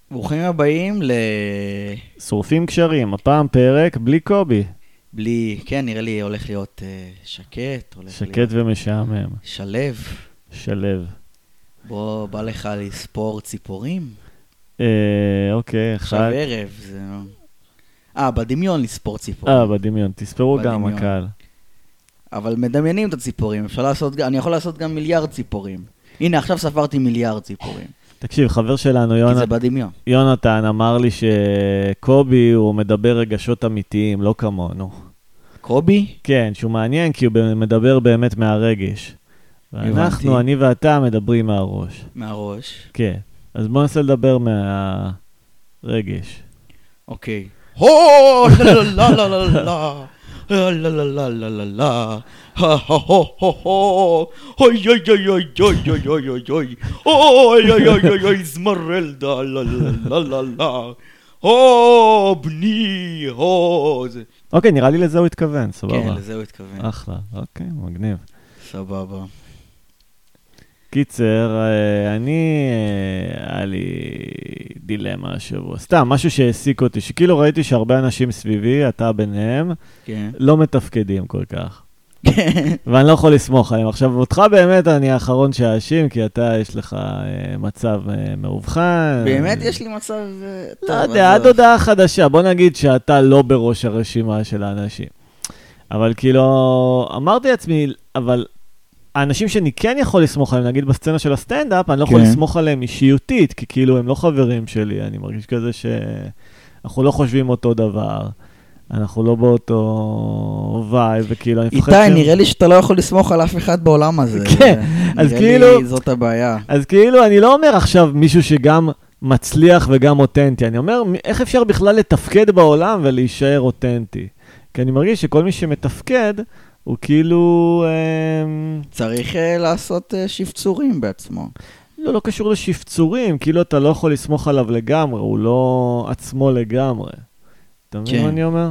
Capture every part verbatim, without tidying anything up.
ברוכים הבאים ל... שורפים קשרים, הפעם פרק בלי קובי. בלי, כן, נראה לי הולך להיות uh, שקט, הולך שקט להיות... ומשעמם. שלב. שלב. בוא, בא לך לספור ציפורים? אה, אוקיי, עכשיו אחד. ערב, זה... אה, בדמיון לספור ציפורים. אה, בדמיון, תספרו גם בדמיון. הקהל. אבל מדמיינים את הציפורים, אפשר לעשות, אני יכול לעשות גם מיליארד ציפורים. הנה, עכשיו ספרתי מיליארד ציפורים. תקשיב, חבר שלנו, כי יונת... זה בדמיון. יונתן, אמר לי שקובי הוא מדבר רגשות אמיתיים, לא כמונו. קובי? כן, שהוא מעניין כי הוא מדבר באמת מהרגש. ואנחנו, הבנתי. אני ואתה, מדברים מהראש. מהראש. כן, אז בוא ננסה לדבר מהרגש. אוקיי. הו, לא, לא, לא, לא, לא, לא. לא, לא, לא, לא, לא, לא, לא. הו, הו, הו, הו. אוי, אוי, אוי, אוי, אוי, אוי, אוי, אוי, אוי. אוי, אוי, אוי, אוי, אוי, זמרלדה, לא, לא, לא, לא, לא. הו, בני, הו. זה- אוקיי, נראה לי לזה הוא התכוון, סבבה. כן, לזה הוא התכוון. אחלה, אוקיי, מגניב. סבבה. קיצר, אה, אני, אה, היה לי דילמה השבוע. סתם, משהו שהעסיק אותי, שכאילו ראיתי שהרבה אנשים סביבי, אתה ביניהם, כן. לא מתפקדים כל כך. כן. ואני לא יכול לסמוך עליהם. עכשיו, אותך באמת אני האחרון שהאשים, כי אתה, יש לך אה, מצב אה, מאובחן. באמת יש לי מצב... אה, לא טוב, יודע, עזוב. עד הודעה חדשה. בוא נגיד שאתה לא בראש הרשימה של האנשים. אבל כאילו, אמרתי לעצמי, אבל... האנשים שאני כן יכול לסמוך עליהם, נגיד בסצנה של הסטנדאפ, אני לא יכול כן. לסמוך עליהם אישיותית, כי כאילו הם לא חברים שלי, אני מרגיש כזה שאנחנו לא חושבים אותו דבר, אנחנו לא באותו וייב, וכאילו אני מפחד איתי, נראה לי שאתה לא יכול לסמוך על אף אחד בעולם הזה. כן, אז נראה כאילו- לי זאת הבעיה. אז כאילו אני לא אומר עכשיו מישהו שגם מצליח וגם אותנטי, אני אומר איך אפשר בכלל לתפקד בעולם ולהישאר אותנטי, כי אני מרגיש שכל מי שמתפקד, הוא כאילו... אמ, צריך uh, לעשות uh, שפצורים בעצמו. לא, לא קשור לשפצורים, כאילו אתה לא יכול לסמוך עליו לגמרי, הוא לא עצמו לגמרי. אתה מבין כן. מה אני אומר?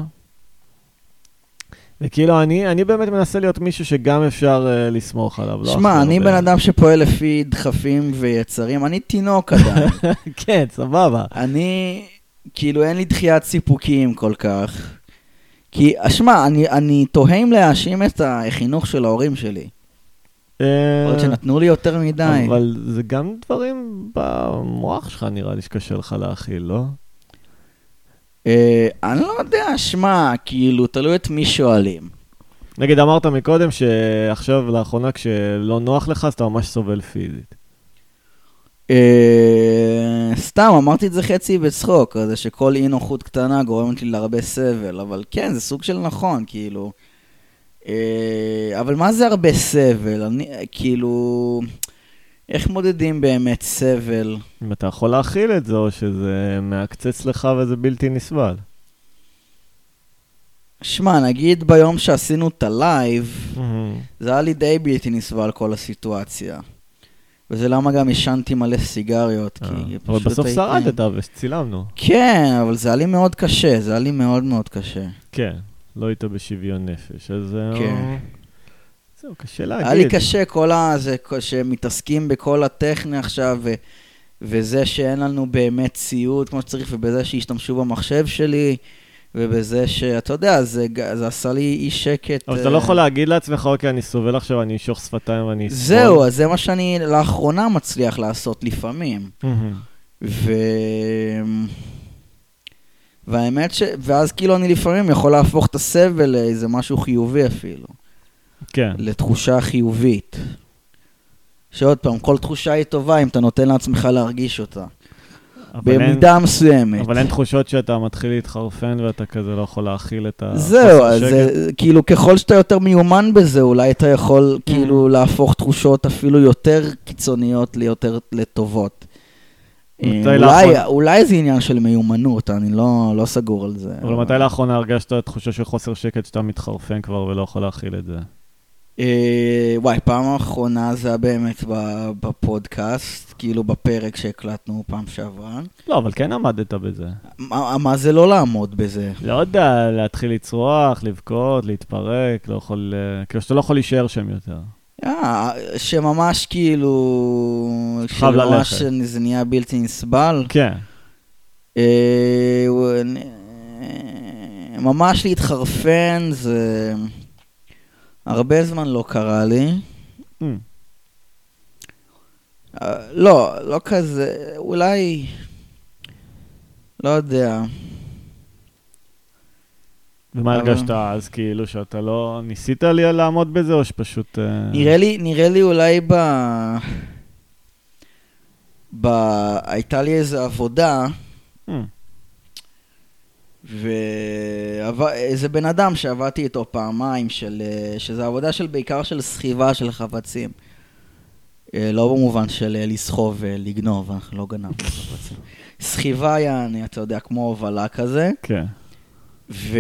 וכאילו אני, אני באמת מנסה להיות מישהו שגם אפשר uh, לסמוך עליו. לא שמע, אחר אני הרבה. בן אדם שפועל לפי דחפים ויצרים, אני תינוק עדיין. כן, סבבה. אני, כאילו אין לי דחיית סיפוקים כל כך. כי, שמע, אני, אני תוהה אם להאשים את החינוך של ההורים שלי. אה, עוד שנתנו לי יותר מדי. אבל זה גם דברים במוח שלך נראה לי שקשה לך להכיל, לא? אה, אני לא יודע, שמע, כאילו, תלוי את מי שואלים. נגיד אמרת מקודם שעכשיו לאחרונה כשלא נוח לך, אז אתה ממש סובל פיזית. אה, סתם, אמרתי את זה חצי בצחוק, זה שכל אי נוחות קטנה גורמת לי להרבה סבל, אבל כן, זה סוג של נכון, כאילו. אה, אבל מה זה הרבה סבל? אני, כאילו, איך מודדים באמת סבל? אם אתה יכול להכיל את זה, או שזה מעקצץ לך וזה בלתי נסבל. שמע, נגיד ביום שעשינו את הלייב, זה היה לי די בלתי נסבל כל הסיטואציה. וזה למה גם ישנתי מלא סיגריות, כי אבל פשוט בסוף הייתי- שרדת וצילמנו. כן, אבל זה היה לי מאוד קשה, זה היה לי מאוד מאוד קשה. כן, לא היית בשוויון נפש, אז כן. זהו, קשה להגיד. היה לי קשה כל הזה, שמתעסקים בכל הטכני עכשיו, ו- וזה שאין לנו באמת ציוד כמו שצריך, ובזה שהשתמשו במחשב שלי, ובזה שאתה יודע, זה, ג- זה עשה לי אי שקט. אבל אתה לא יכול להגיד לעצמך, אוקיי, אני סובל עכשיו, אני אשוך שפתיים ואני אסבול. זהו, אז זה מה שאני לאחרונה מצליח לעשות לפעמים. מהמם. ו... והאמת ש... ואז כאילו אני לפעמים יכול להפוך את הסבל לאיזה משהו חיובי אפילו. כן. לתחושה חיובית. שעוד פעם, כל תחושה היא טובה אם אתה נותן לעצמך להרגיש אותה. אבל אין- במידה מסוימת. אבל אין תחושות שאתה מתחיל להתחרפן ואתה כזה לא יכול להכיל את ה... זהו, חוסר אז שקט. זה, כאילו ככל שאתה יותר מיומן בזה, אולי אתה יכול כאילו להפוך תחושות אפילו יותר קיצוניות ליותר לטובות. מתי אולי, לאחרונה- אולי זה עניין של מיומנות, אני לא, לא סגור על זה. אבל מתי לאחרונה הרגשת תחושה של חוסר שקט שאתה מתחרפן כבר ולא יכול להכיל את זה? אה, וואי, פעם האחרונה זה היה באמת ב- בפודקאסט, כאילו בפרק שהקלטנו פעם שעברה. לא, אבל כן עמדת בזה. מה, מה זה לא לעמוד בזה? לא יודע, להתחיל לצרוח, לבכות, להתפרק, לא יכול... אה, כאילו שאתה לא יכול להישאר שם יותר. אה, שממש כאילו... חייב שממש ללכת. זה נהיה בלתי נסבל. כן. אה, ממש להתחרפן, זה הרבה זמן לא קרה לי. Mm. לא, לא כזה, אולי, לא יודע. ומה אבל- הרגשת אז, כאילו, שאתה לא ניסית לי לעמוד בזה, או שפשוט... אה, נראה לי, נראה לי אולי ב... ב... הייתה לי איזו עבודה, Mm. ואיזה בן אדם שעבדתי איתו פעמיים, של... שזה עבודה של בעיקר של סחיבה של חפצים. לא במובן של לסחוב ולגנוב, אנחנו לא גנבנו חפצים. סחיבה יעני, אתה יודע, כמו הובלה כזה. כן. ו...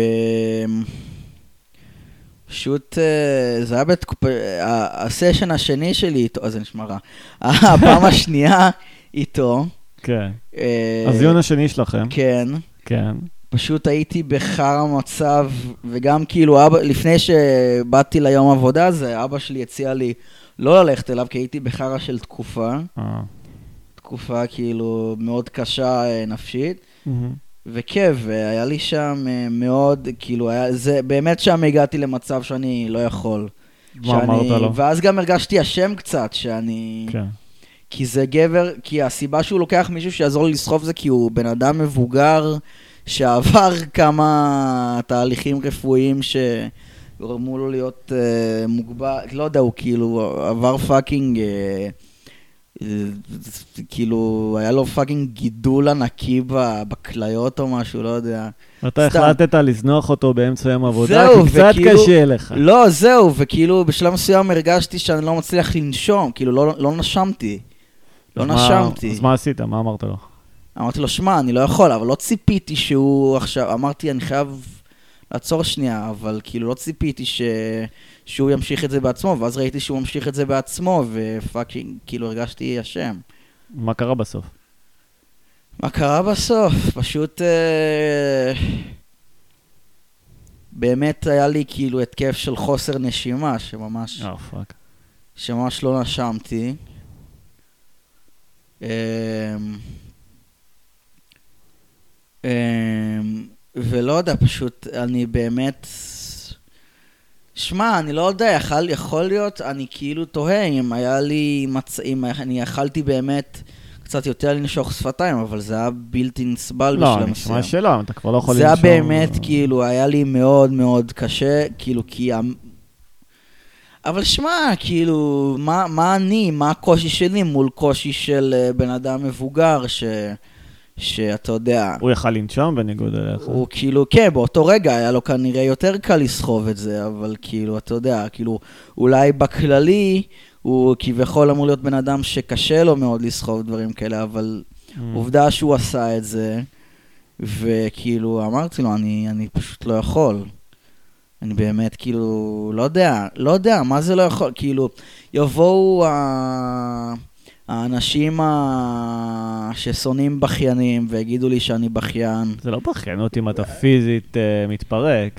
פשוט, אה, זה היה בתקופה, הסשן השני שלי איתו, אז זה נשמע רע. הפעם השנייה איתו. כן. אה, הזיון השני שלכם. כן. כן. פשוט הייתי בחר מצב, וגם כאילו, אבא, לפני שבאתי ליום עבודה הזה, אבא שלי הציע לי לא ללכת אליו, כי הייתי בחרה של תקופה. אה. תקופה כאילו מאוד קשה אה, נפשית. מהמם. וכיף, והיה לי שם אה, מאוד, כאילו, היה, זה, באמת שם הגעתי למצב שאני לא יכול. מה שאני, אמרת לו? ואז גם הרגשתי אשם קצת, שאני... כן. כי זה גבר, כי הסיבה שהוא לוקח מישהו שיעזור לי לסחוב זה כי הוא בן אדם מבוגר, שעבר כמה תהליכים רפואיים שגרמו לו להיות אה, מוגבל, לא יודע, הוא כאילו עבר פאקינג... אה, כאילו, היה לו פאקינג גידול ענקי בכליות או משהו, לא יודע. אתה סתם. החלטת לזנוח אותו באמצע יום עבודה, זהו, כי קצת וכאילו- קשה לך. לא, זהו, וכאילו בשלב מסוים הרגשתי שאני לא מצליח לנשום, כאילו לא, לא נשמתי. לא אז מה- נשמתי. אז מה עשית? מה אמרת לו? אמרתי לו, שמע, אני לא יכול, אבל לא ציפיתי שהוא עכשיו, אמרתי, אני חייב לעצור שנייה, אבל כאילו לא ציפיתי ש... שהוא ימשיך את זה בעצמו, ואז ראיתי שהוא ממשיך את זה בעצמו, ופאקינג, כאילו הרגשתי אשם. מה קרה בסוף? מה קרה בסוף? פשוט... אה... באמת היה לי כאילו התקף של חוסר נשימה, שממש, אה, פאק. שממש לא נשמתי. אה... אה... ולא יודע, פשוט אני באמת... שמע, אני לא יודע, יכול, יכול להיות, אני כאילו תוהה אם היה לי מצ... אם אני יכלתי באמת קצת יותר לנשוך שפתיים, אבל זה היה בלתי נסבל לא, בשלב אני מסוים. שומע שלא, אתה כבר לא יכול זה היה לנשום. באמת, כאילו, היה לי מאוד מאוד קשה, כאילו, כי... המ- אבל שמע, כאילו, מה, מה אני, מה הקושי שלי מול קושי של אה, בן אדם מבוגר, ש... שאתה יודע, הוא יכל לנשום בניגוד אליך. הוא כאילו, כן, באותו רגע היה לו כנראה יותר קל לסחוב את זה, אבל כאילו, אתה יודע, כאילו, אולי בכללי, הוא כביכול אמור להיות בן אדם שקשה לו מאוד לסחוב דברים כאלה, אבל Mm. עובדה שהוא עשה את זה, וכאילו, אמרתי לו, אני, אני פשוט לא יכול. אני באמת, כאילו, לא יודע, לא יודע, מה זה לא יכול? כאילו, יבואו ה... האנשים ה... ששונאים בכיינים ויגידו לי שאני בכיין. זה לא בכיינות אם אתה פיזית אה, מתפרק.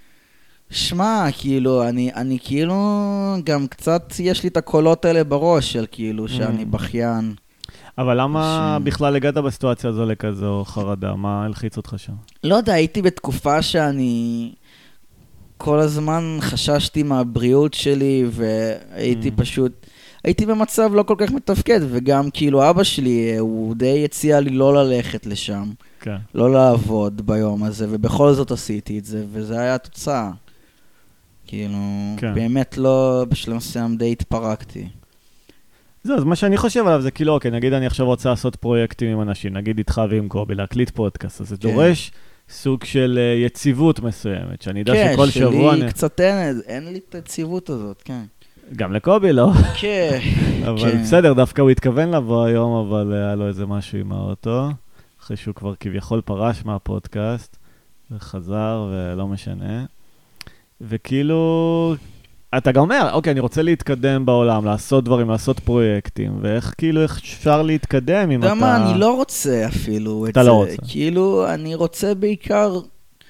שמע, כאילו, אני, אני כאילו, גם קצת יש לי את הקולות האלה בראש של כאילו שאני Mm. בכיין. אבל למה ש- בכלל הגעת בסיטואציה הזו לכזו חרדה? מה הלחיץ אותך שם? לא יודע, הייתי בתקופה שאני כל הזמן חששתי מהבריאות שלי, והייתי Mm. פשוט, הייתי במצב לא כל כך מתפקד, וגם כאילו אבא שלי, הוא די הציע לי לא ללכת לשם, כן. לא לעבוד ביום הזה, ובכל זאת עשיתי את זה, וזה היה התוצאה. כאילו, כן. באמת לא, בשלב מסוים די התפרקתי. זהו, אז מה שאני חושב עליו זה כאילו, אוקיי, נגיד אני עכשיו רוצה לעשות פרויקטים עם אנשים, נגיד איתך ועם קובי, להקליט פודקאסט, אז זה כן. דורש סוג של אה, יציבות מסוימת, שאני יודע כן, שכל שבוע... שלי אני... קצת אין, אין לי את היציבות הזאת, כן. גם לקובי לא, כן. אבל כן. בסדר, דווקא הוא התכוון לבוא היום, אבל היה לו איזה משהו עם האוטו, אחרי שהוא כבר כביכול פרש מהפודקאסט, וחזר ולא משנה. וכאילו, אתה גם אומר, אוקיי, אני רוצה להתקדם בעולם, לעשות דברים, לעשות פרויקטים, ואיך כאילו איך אפשר להתקדם אם אתה אתה... יודע מה, אני לא רוצה אפילו את אתה זה. לא רוצה. כאילו, אני רוצה בעיקר,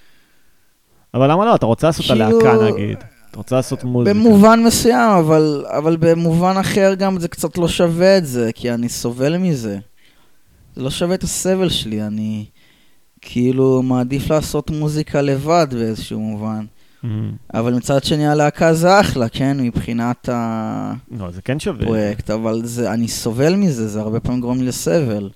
אבל למה לא? אתה רוצה לעשות את כאילו- הלהקה נגיד, אתה רוצה לעשות מוזיקה. במובן מסוים, אבל, אבל במובן אחר גם זה קצת לא שווה את זה, כי אני סובל מזה. זה לא שווה את הסבל שלי, אני... כאילו מעדיף לעשות מוזיקה לבד באיזשהו מובן. Mm-hmm. אבל מצד שני הלהקה זה אחלה, כן, מבחינת לא, זה כן שווה. הפרויקט, אבל זה, אני סובל מזה, זה הרבה פעמים גורם לי לסבל.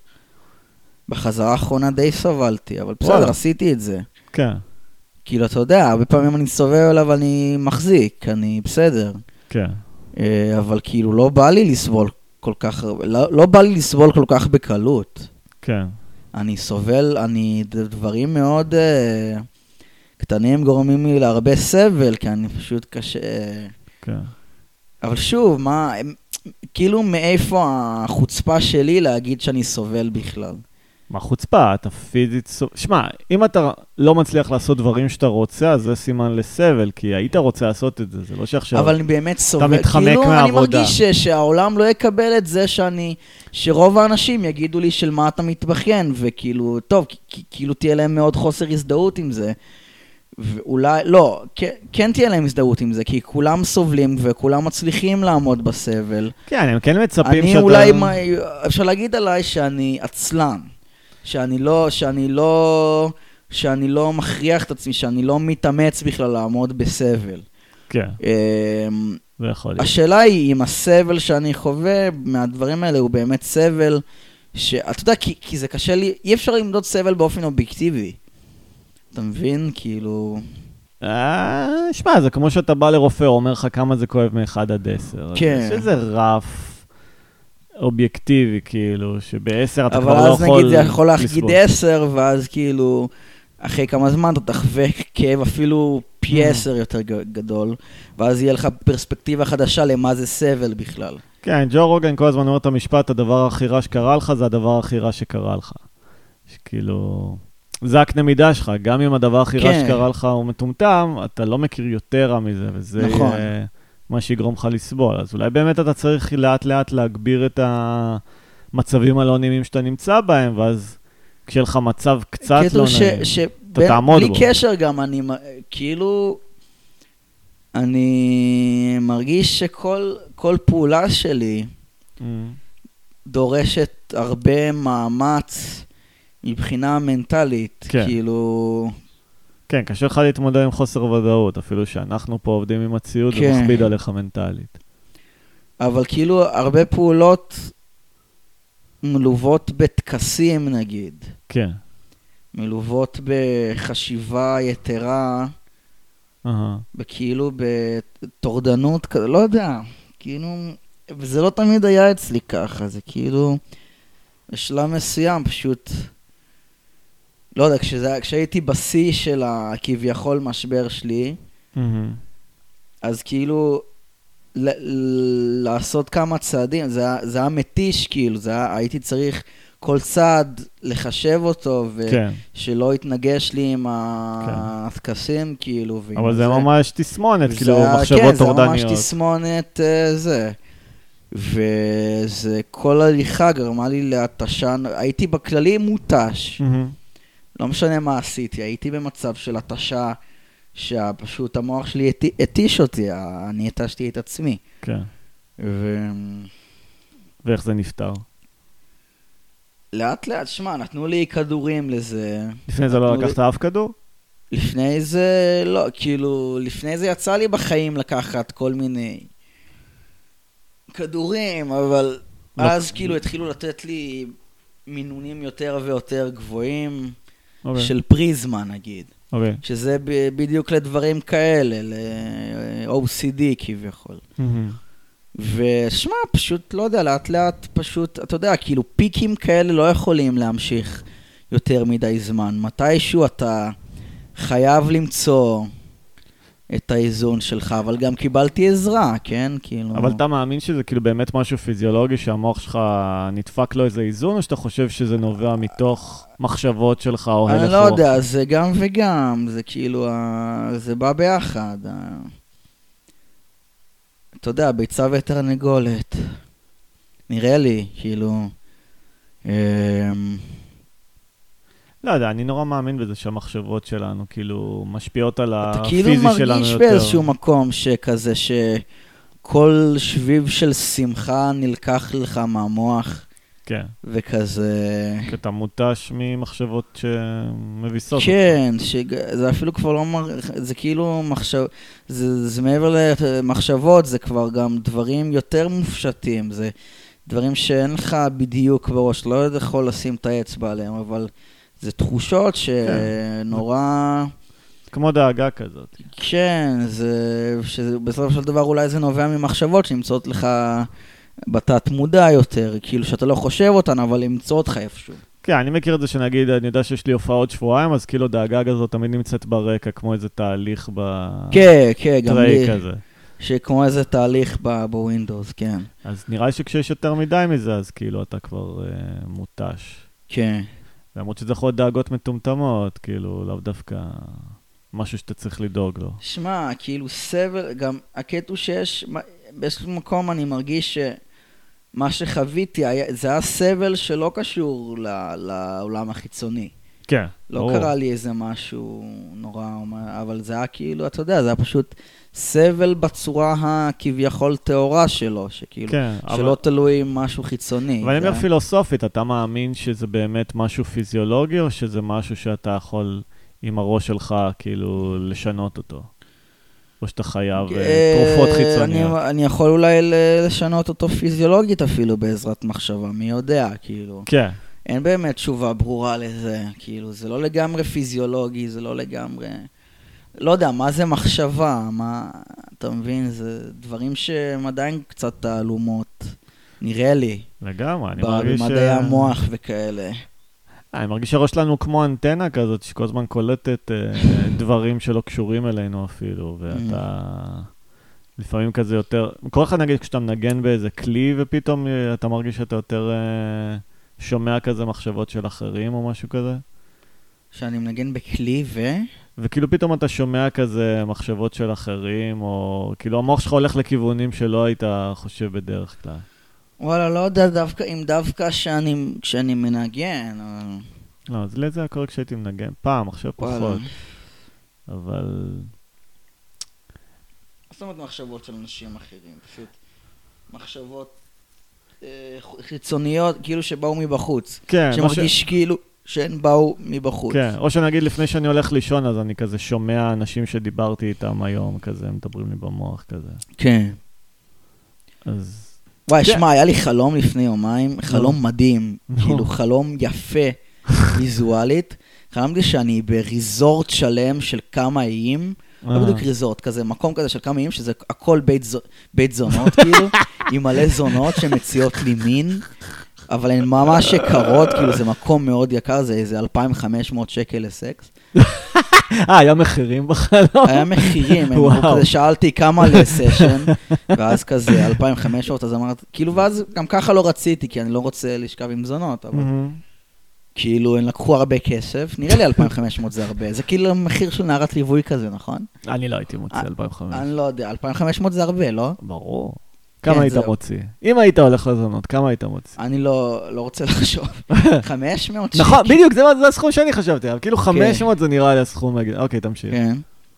בחזרה האחרונה די סבלתי, אבל בסדר, וואלה. עשיתי את זה. כן. כאילו, אתה יודע, הרבה פעמים אני סובל עליו, אני מחזיק, אני בסדר. כן. אה, אבל כאילו, לא בא לי לסבול כל כך, לא, לא בא לי לסבול כל כך בקלות. כן. אני סובל, אני, דברים מאוד uh, קטנים גורמים לי להרבה סבל, כי אני פשוט קשה. כן. אבל שוב, מה, כאילו מאיפה החוצפה שלי להגיד שאני סובל בכלל? מה חוצפה? אתה פיזית סובל. שמע, אם אתה לא מצליח לעשות דברים שאתה רוצה, אז זה סימן לסבל, כי היית רוצה לעשות את זה, זה לא שעכשיו... אבל אני באמת סובל, מתחמק כאילו מהעבודה. אני מרגיש ש- שהעולם לא יקבל את זה שאני, שרוב האנשים יגידו לי של מה אתה מתבכיין, וכאילו, טוב, כ- כאילו תהיה להם מאוד חוסר הזדהות עם זה, ואולי, לא, כן, כן תהיה להם הזדהות עם זה, כי כולם סובלים וכולם מצליחים לעמוד בסבל. כן, הם כן מצפים אני שאתה... אולי, מה- אפשר להגיד עליי שאני עצלן, שאני לא, שאני לא, שאני לא מכריח את עצמי, שאני לא מתאמץ בכלל לעמוד בסבל. כן, אמ, זה יכול להיות. השאלה היא אם הסבל שאני חווה מהדברים האלה הוא באמת סבל, שאתה יודע, כי, כי זה קשה לי, אי אפשר למדוד סבל באופן אובייקטיבי. אתה מבין? כאילו... אה, שמע, זה כמו שאתה בא לרופא, הוא אומר לך כמה זה כואב מאחד עד עשר. כן. יש איזה רף אובייקטיבי, כאילו, שבעשר אתה אבל כבר לא אז יכול נגיד זה יכול להגיד לסבול. עשר, ואז כאילו, אחרי כמה זמן אתה תחווה כאב אפילו פי עשר יותר ג- גדול, ואז יהיה לך פרספקטיבה חדשה למה זה סבל בכלל. כן, ג'ו רוגן כל הזמן אומר את המשפט, הדבר הכי רע שקרה לך זה הדבר הכי רע שקרה לך. שכאילו, זה הקנה מידה שלך, גם אם הדבר הכי רע כן. שקרה לך הוא מטומטם, אתה לא מכיר יותר רע מזה, וזה נכון. יהיה מה שיגרום לך לסבול. אז אולי באמת אתה צריך לאט לאט להגביר את המצבים הלא נעימים שאתה נמצא בהם, ואז כשיהיה לך מצב קצת לא ש- נעים, ש- אתה בין- תעמוד בלי בו. קשר גם, אני מ- כאילו, אני מרגיש שכל כל פעולה שלי Mm. דורשת הרבה מאמץ מבחינה מנטלית, כן. כאילו... כן, קשה לך להתמודד עם חוסר ודאות, אפילו שאנחנו פה עובדים עם הציוד, זה כן. מכביד עליך מנטלית. אבל כאילו הרבה פעולות מלוות בתקסים נגיד, כן. מלוות בחשיבה יתרה, אהה. וכאילו בתורדנות כזה, לא יודע, כאילו, וזה לא תמיד היה אצלי ככה, זה כאילו, בשלב מסוים פשוט, לא יודע, כשזה, כשהייתי בשיא של הכביכול משבר שלי, מהמם. אז כאילו, ל- ל- לעשות כמה צעדים, זה, היה- זה היה מתיש כאילו, זה היה, הייתי צריך כל צעד לחשב אותו, כן. ושלא יתנגש לי עם הטקסים כאילו, ועם אבל זה ממש תסמונת, וזה כאילו היה- מחשבות כן, זה טורדניות. ממש תסמונת אה, זה. וזה כל הליכה גרמה לי להתשה, הייתי בכללי מותש, מהמם. לא משנה מה עשיתי, הייתי במצב של התשה, שפשוט המוח שלי התי- התיש אותי, אני התשתי את עצמי. כן. ו... ואיך זה נפטר? לאט לאט, שמע, נתנו לי כדורים לזה. לפני זה לא נתנו לי- לקחת אף כדור? לפני זה, לא, כאילו, לפני זה יצא לי בחיים לקחת כל מיני כדורים, אבל לא. אז כאילו התחילו לתת לי מינונים יותר ויותר גבוהים, אוקיי. של פריזמה נגיד, אוקיי. שזה ב- בדיוק לדברים כאלה, ל-או סי די כביכול. מהמם. ושמע, פשוט, לא יודע, לאט לאט פשוט, אתה יודע, כאילו פיקים כאלה לא יכולים להמשיך יותר מדי זמן. מתישהו אתה חייב למצוא את האיזון שלך, אבל גם קיבלתי עזרה, כן? כאילו... אבל אתה מאמין שזה כאילו באמת משהו פיזיולוגי, שהמוח שלך נדפק לו איזה איזון, או שאתה חושב שזה נובע מתוך מחשבות שלך או הלך אני רוח? לא יודע, זה גם וגם, זה כאילו, ה- זה בא ביחד. ה- אתה יודע, ביצה ותרנגולת. נראה לי, כאילו... אמ, לא יודע, אני נורא מאמין בזה שהמחשבות שלנו כאילו משפיעות על אתה הפיזי כאילו שלנו יותר. מרגיש באיזשהו מקום שכזה שכל שביב של שמחה נלקח לך מהמוח, כן. וכזה... כי אתה מותש ממחשבות שמביסות. כן, זה אפילו כבר לא... זה כאילו מחשב... זה, זה מעבר למחשבות, זה כבר גם דברים יותר מופשטים. זה דברים שאין לך בדיוק בראש, לא יכול לשים את האצבע עליהם, אבל זה תחושות שנורא... כמו דאגה כזאת. כן, זה... שבסופו של דבר אולי זה נובע ממחשבות שנמצאות לך... בתת מודע יותר, כאילו שאתה לא חושב אותן, אבל למצוא אותך איפשהו. כן, אני מכיר את זה שנגיד, אני יודע שיש לי הופעות שבועיים, אז כאילו דאגה הזאת תמיד נמצאת ברקע, כמו איזה תהליך בטריי כן, כן, גם לי. כזה. שכמו איזה תהליך בווינדוס, כן. אז נראה לי שכשיש יותר מדי מזה, אז כאילו אתה כבר אה, מותש. כן. למרות שזה יכול להיות דאגות מטומטמות, כאילו לאו דווקא משהו שאתה צריך לדאוג לו. שמע, כאילו סבל, גם הקטע שיש, באיזשהו מקום אני מרגיש שמה שחוויתי, זה היה סבל שלא קשור לעולם החיצוני. כן. לא או. קרה לי איזה משהו נורא, אבל זה היה כאילו, אתה יודע, זה היה פשוט סבל בצורה הכביכול תאורה שלו, שכאילו, כן, שלא אבל... תלוי משהו חיצוני. אבל אני זה... אומר פילוסופית, אתה מאמין שזה באמת משהו פיזיולוגי, או שזה משהו שאתה יכול עם הראש שלך כאילו לשנות אותו? או שאתה חייב תרופות חיצוניות? אני, אני יכול אולי לשנות אותו פיזיולוגית אפילו בעזרת מחשבה, מי יודע, כאילו. כן. אין באמת תשובה ברורה לזה, כאילו, זה לא לגמרי פיזיולוגי, זה לא לגמרי... לא יודע, מה זה מחשבה? מה... אתה מבין? זה דברים שהם עדיין קצת תעלומות, נראה לי. לגמרי, אני מרגיש... במדעי המוח וכאלה. אני מרגיש שהראש שלנו כמו אנטנה כזאת, שכל הזמן קולטת דברים שלא קשורים אלינו אפילו, ואתה... לפעמים כזה יותר... כל אחד נגיד כשאתה מנגן באיזה כלי, ופתאום אתה מרגיש שאתה יותר... שומע כזה מחשבות של אחרים או משהו כזה? שאני מנגן בכלי ו... וכאילו פתאום אתה שומע כזה מחשבות של אחרים, או כאילו המוח שלך הולך לכיוונים שלא היית חושב בדרך כלל. וואלה, לא יודע דווקא, אם דווקא שאני, כשאני מנגן. אבל... לא, אז לזה הקורא כשהייתי מנגן. פעם, עכשיו פחות. אבל... זאת אומרת מחשבות של אנשים אחרים, פשוט מחשבות... חיצוניות, כאילו שבאו מבחוץ. כן. שמרגיש ש... כאילו שהן באו מבחוץ. כן, או שנגיד לפני שאני הולך לישון, אז אני כזה שומע אנשים שדיברתי איתם היום, כזה, הם מדברים לי במוח כזה. כן. אז... וואי, שמע, היה לי חלום לפני יומיים, חלום מדהים, כאילו חלום יפה, ויזואלית. חלמתי שאני בריזורט שלם של כמה איים, לא בדיוק ריזורט, כזה מקום כזה של כמה איים, שזה הכל בית זונות, כאילו, עם מלא זונות שמציעות לי מין, אבל הן ממש יקרות, כאילו זה מקום מאוד יקר, זה איזה אלפיים וחמש מאות שקל לסקס. אה, היה מחירים בחלום? היה מחירים, כזה שאלתי כמה לסשן, ואז כזה אלפיים וחמש מאות, אז אמרתי, כאילו, ואז גם ככה לא רציתי, כי אני לא רוצה לשכב עם זונות, אבל... כאילו, הם לקחו הרבה כסף, נראה לי אלפיים וחמש מאות זה הרבה, זה כאילו מחיר של נערת ליווי כזה, נכון? אני לא הייתי מוציא אלפיים וחמש מאות. אני לא יודע, אלפיים וחמש מאות זה הרבה, לא? ברור. כמה היית מוציא? אם היית הולך לזונות, כמה היית מוציא? אני לא רוצה לחשוב. חמש מאות שקל. נכון, בדיוק, זה הסכום שאני חשבתי, אבל כאילו חמש מאות זה נראה לי הסכום, אוקיי, תמשיך. כן.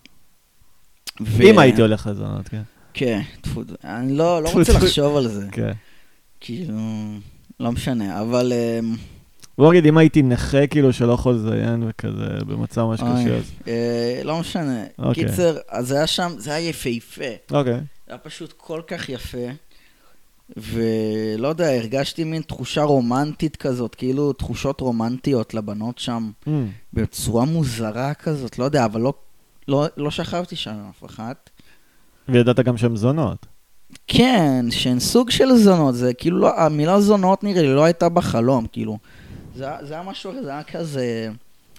אם הייתי הולך לזונות, כן. כן, אני לא רוצה לחשוב על זה. כן. כאילו, לא משנה, אבל... בוא נגיד, אם הייתי נכה, כאילו, שלא יכול לזיין וכזה, במצב ממש קשה. לא משנה. קיצר, אז זה היה שם, זה היה יפהפה. אוקיי. זה היה פשוט כל כך יפה, ולא יודע, הרגשתי מין תחושה רומנטית כזאת, כאילו תחושות רומנטיות לבנות שם, בצורה מוזרה כזאת, לא יודע, אבל לא שכבתי שם אף אחת. וידעת גם שהן זונות. כן, שהן סוג של זונות, זה כאילו, המילה זונות נראה לי לא הייתה בחלום, כאילו. זה, זה היה משהו, זה היה כזה,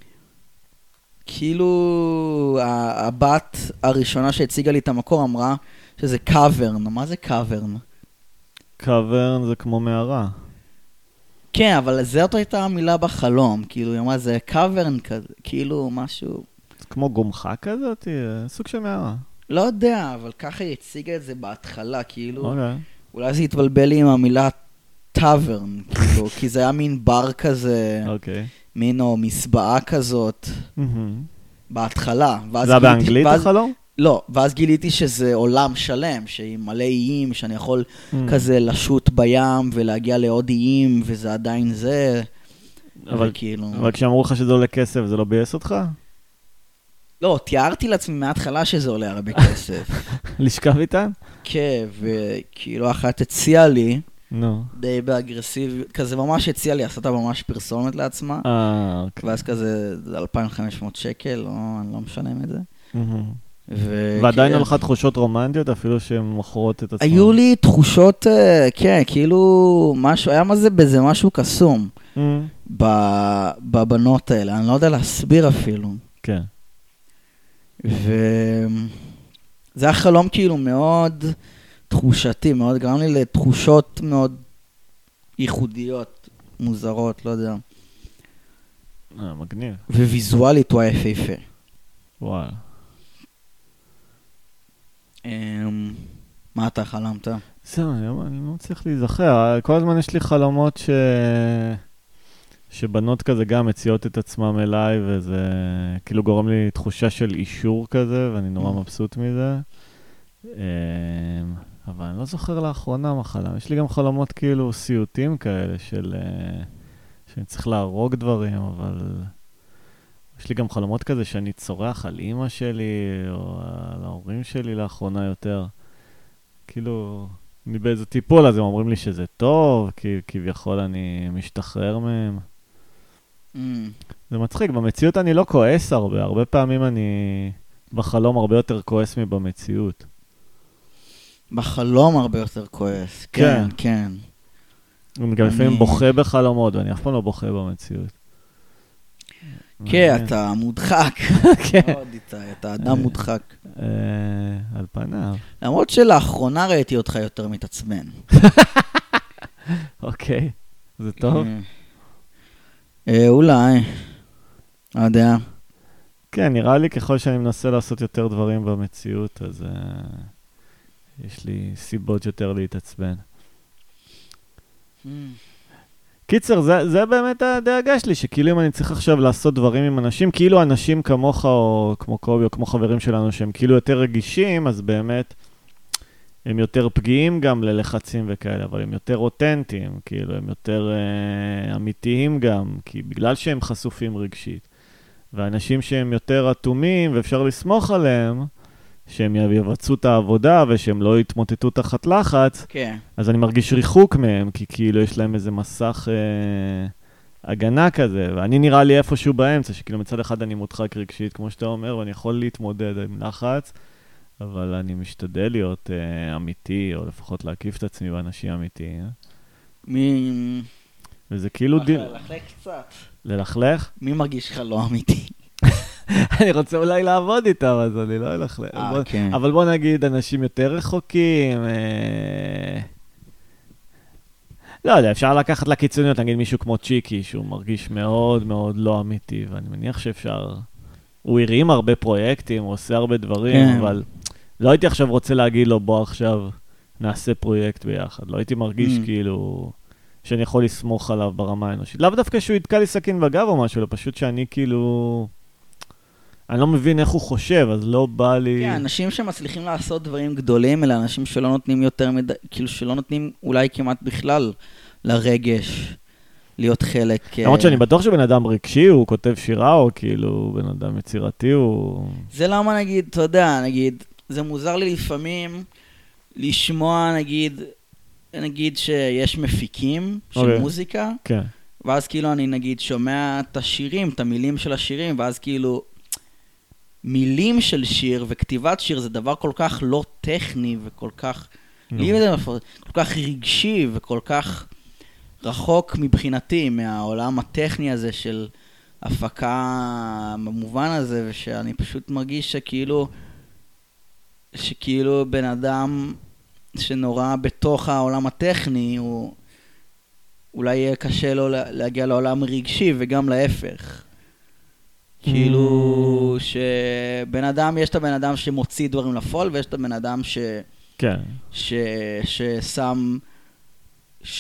כאילו, הבת הראשונה שהציגה לי את המקור אמרה שזה קאברן. מה זה קאברן? קאברן זה כמו מערה. כן, אבל זאת הייתה המילה בחלום, כאילו, היא אמרה, זה קאברן כזה, כאילו, משהו... זה כמו גומחה כזאת, סוג של מערה. לא יודע, אבל ככה היא הציגה את זה בהתחלה, כאילו, okay. אולי זה התבלבל לי עם המילה טאברן, כאילו, כי זה היה מין בר כזה, okay. מין או מסבעה כזאת, mm-hmm. בהתחלה. זה היה באנגלית ואז... החלום? לא, ואז גיליתי שזה עולם שלם, שעם מלא איים, שאני יכול Mm. כזה לשוט בים ולהגיע לעוד איים, וזה עדיין זה, אבל- וכאילו... אבל כשאמרו לך שזה עולה כסף, זה לא בייס אותך? לא, תיארתי לעצמי מההתחלה שזה עולה הרבה כסף. לשכב איתן? כן, וכאילו אחת הציעה לי, נו. די באגרסיביות, כזה ממש הציעה לי, עשתה ממש פרסומת לעצמה, אה, אוקיי. ואז כזה אלפיים וחמש מאות שקל, או אני לא משלם את זה. מהמם. ו- ועדיין כן. היו לך תחושות רומנטיות, אפילו שהן מוכרות את עצמן. היו לי תחושות, אה, כן, כאילו, משהו, היה מזה בזה משהו קסום, מהמם. ב- בבנות האלה, אני לא יודע להסביר אפילו. כן. וזה היה חלום כאילו מאוד תחושתי, מאוד גרם לי לתחושות מאוד ייחודיות, מוזרות, לא יודע. אה, מגניב. וויזואלית הוא היה יפהפה. וואי. אמ, מה אתה חלמת? זהו, אני לא- אני לא מצליח להיזכר. כל הזמן יש לי חלומות ש... שבנות כזה גם מציעות את עצמם אליי, וזה כאילו גורם לי תחושה של אישור כזה, ואני נורא מבסוט מזה. אמ, אבל אני לא זוכר לאחרונה מה חלם. יש לי גם חלומות כאילו סיוטים כאלה של... אה, שאני צריך להרוג דברים, אבל... יש לי גם חלומות כזה שאני צורח על אמא שלי, או על ההורים שלי לאחרונה יותר. כאילו, אני באיזה טיפול, אז הם אומרים לי שזה טוב, כי כביכול אני משתחרר מהם. אמ, זה מצחיק, במציאות אני לא כועס הרבה, הרבה פעמים אני בחלום הרבה יותר כועס מבמציאות. בחלום הרבה יותר כועס. כן, כן. אני גם אני- לפעמים בוכה בחלומות, ואני אף פעם לא בוכה במציאות. כן, מעניין. אתה מודחק. כן. מאוד איתי, אתה אדם מודחק. אה, על פניו. למרות שלאחרונה ראיתי אותך יותר מתעצבן. אוקיי, זה טוב. אה, אה, אולי. לא יודע. כן, נראה לי ככל שאני מנסה לעשות יותר דברים במציאות, אז uh, יש לי סיבות יותר להתעצבן. קיצר, זה, זה באמת הדאגה שלי, שכאילו אם אני צריך עכשיו לעשות דברים עם אנשים, כאילו אנשים כמוך או כמו קובי או כמו חברים שלנו שהם כאילו יותר רגישים, אז באמת הם יותר פגיעים גם ללחצים וכאלה, אבל הם יותר אותנטיים, כאילו הם יותר uh, אמיתיים גם, כי בגלל שהם חשופים רגשית. ואנשים שהם יותר אטומים ואפשר לסמוך עליהם, שהם יבצעו את העבודה ושהם לא יתמוטטו תחת לחץ, כן. אז אני מרגיש ריחוק מהם, כי כאילו יש להם איזה מסך אה, הגנה כזה, ואני נראה לי איפשהו באמצע, שכאילו מצד אחד אני מודחק רגשית, כמו שאתה אומר, ואני יכול להתמודד עם לחץ, אבל אני משתדל להיות אה, אמיתי, או לפחות להקיף את עצמי באנשים אמיתיים. אה? מי... וזה כאילו דין... ללכלך קצת. ללכלך? מי מרגיש לך לא אמיתי? אני רוצה אולי לעבוד איתם, אז אני לא אלכלך. אה, בוא- כן. אבל בוא נגיד, אנשים יותר רחוקים, אה... לא יודע, אפשר לקחת לקיצוניות, נגיד מישהו כמו צ'יקי, שהוא מרגיש מאוד מאוד לא אמיתי, ואני מניח שאפשר... הוא הרים הרבה פרויקטים, הוא עושה הרבה דברים, כן. אבל לא הייתי עכשיו רוצה להגיד לו, בוא עכשיו נעשה פרויקט ביחד. לא הייתי מרגיש Mm. כאילו שאני יכול לסמוך עליו ברמה האנושית. לאו דווקא שהוא יתקע לי סכין בגב או משהו, אלא פשוט שאני כאילו... אני לא מבין איך הוא חושב, אז לא בא לי... כן, אנשים שמצליחים לעשות דברים גדולים, אלה אנשים שלא נותנים יותר מדי, כאילו שלא נותנים אולי כמעט בכלל לרגש להיות חלק... למרות אה, שאני בטוח שבן אדם רגשי, הוא כותב שירה, או כאילו בן אדם יצירתי, הוא... זה למה נגיד, אתה יודע, נגיד, זה מוזר לי לפעמים לשמוע, נגיד, נגיד שיש מפיקים של אוקיי. מוזיקה, כן. ואז כאילו אני נגיד שומע את השירים, את המילים של השירים, ואז כאילו מילים של שיר וכתיבת שיר זה דבר כל כך לא טכני וכל כך, נו. לי זה מפור- כל כך רגשי וכל כך רחוק מבחינתי מהעולם הטכני הזה של הפקה במובן הזה, ושאני פשוט מרגיש שכאילו, שכאילו בן אדם שנורא בתוך העולם הטכני, הוא אולי יהיה קשה לו לה- להגיע לעולם רגשי וגם להפך. כאילו שבן אדם, יש את הבן אדם שמוציא דברים לפועל, ויש את הבן אדם ש... כן. ש... ששם... ש...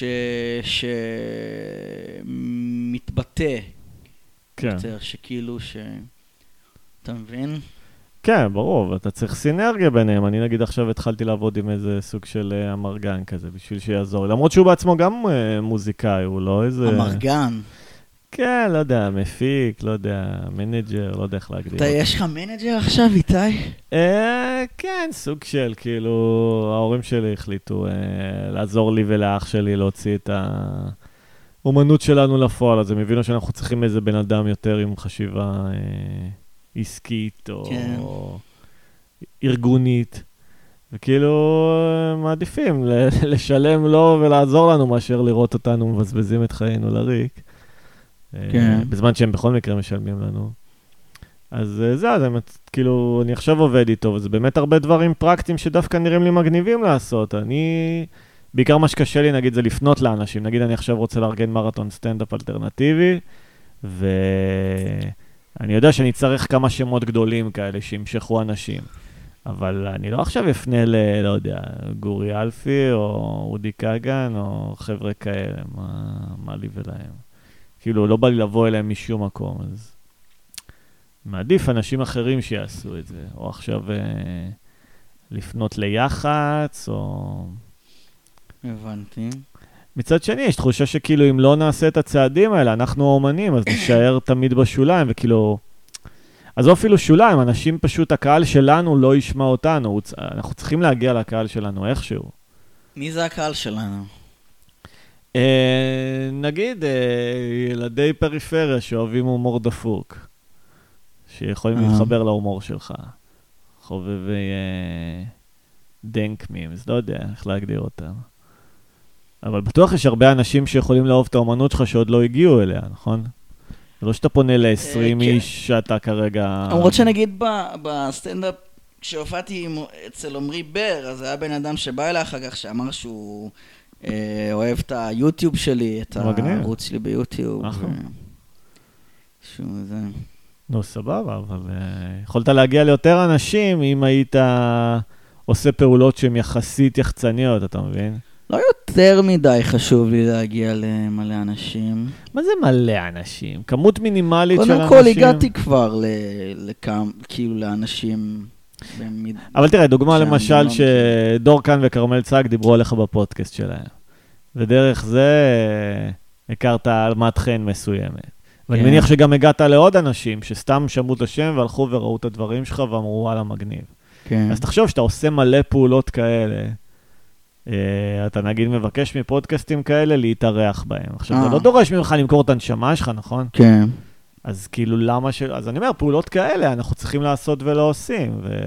שמתבטא כן. יותר, שכאילו ש... אתה מבין? כן, ברור, ואתה צריך סינרגיה ביניהם. אני נגיד עכשיו התחלתי לעבוד עם איזה סוג של uh, אמרגן כזה, בשביל שיעזור לי. למרות שהוא בעצמו גם uh, מוזיקאי, הוא לא איזה... אמרגן. כן, לא יודע, מפיק, לא יודע, מנג'ר, לא יודע איך להגדיר. אתה, יש לך מנג'ר עכשיו, איתי? אה, כן, סוג של, כאילו, ההורים שלי החליטו אה, לעזור לי ולאח שלי להוציא את האומנות שלנו לפועל, אז הם הבינו שאנחנו צריכים איזה בן אדם יותר עם חשיבה אה, עסקית או, כן. או ארגונית, וכאילו מעדיפים ל- לשלם לו ולעזור לנו מאשר לראות אותנו מבזבזים את חיינו לריק. כן. בזמן שהם בכל מקרה משלמים לנו. אז זה, זה, כאילו, אני עכשיו עובד איתו, וזה באמת הרבה דברים פרקטיים שדווקא נראים לי מגניבים לעשות. אני, בעיקר מה שקשה לי, נגיד, זה לפנות לאנשים. נגיד, אני עכשיו רוצה לארגן מרתון סטנדאפ אלטרנטיבי, ואני יודע שאני צריך כמה שמות גדולים כאלה שימשכו אנשים. אבל אני לא עכשיו אפנה ל, לא יודע, גורי אלפי, או אודי קגן, או חבר'ה כאלה, מה, מה לי ולהם. כאילו, לא בא לי לבוא אליהם משום מקום, אז מעדיף אנשים אחרים שיעשו את זה, או עכשיו אה, לפנות ליחץ, או... הבנתי. מצד שני, יש תחושה שכאילו, אם לא נעשה את הצעדים האלה, אנחנו האומנים, אז נשאר תמיד בשוליים, וכאילו... אז אפילו שוליים, אנשים פשוט, הקהל שלנו לא ישמע אותנו, אנחנו צריכים להגיע לקהל שלנו איכשהו. מי זה הקהל שלנו? אה, נגיד, אה, ילדי פריפריה שאוהבים הומור דפוק, שיכולים להתחבר להומור שלך. חובבי אה, דנק מימס, לא יודע איך להגדיר אותם. אבל בטוח יש הרבה אנשים שיכולים לאהוב את האומנות שלך שעוד לא הגיעו אליה, נכון? זה לא שאתה פונה ל-עשרים איש שאתה כרגע... למרות שנגיד בסטנדאפ, כשהופעתי אצל עומרי בר, אז היה בן אדם שבא אליי אחר כך שאמר שהוא אוהב את היוטיוב שלי, את הערוץ שלי ביוטיוב. שהוא זה... נו, סבבה, אבל יכולת להגיע ליותר אנשים אם היית עושה פעולות שהן יחסית יחצניות, אתה מבין? לא יותר מדי חשוב לי להגיע למלא אנשים. מה זה מלא אנשים? כמות מינימלית של אנשים? קודם כל הגעתי כבר לכמה, כאילו לאנשים... אבל תראה, דוגמה למשל שדור כאן וקרמל צג דיברו עליך בפודקאסט שלהם. ודרך זה הכרת אלמת חן מסוימת. ואני מניח שגם הגעת לעוד אנשים שסתם שמעו את השם והלכו וראו את הדברים שלך ואמרו וואלה מגניב. אז תחשוב שאתה עושה מלא פעולות כאלה, אתה נגיד מבקש מפודקאסטים כאלה להתארח בהם. עכשיו, זה לא דורש ממך למכור את הנשמה שלך, נכון? כן. אז כאילו למה ש... אז אני אומר, פעולות כאלה אנחנו צריכים לעשות ולא עושים, ו...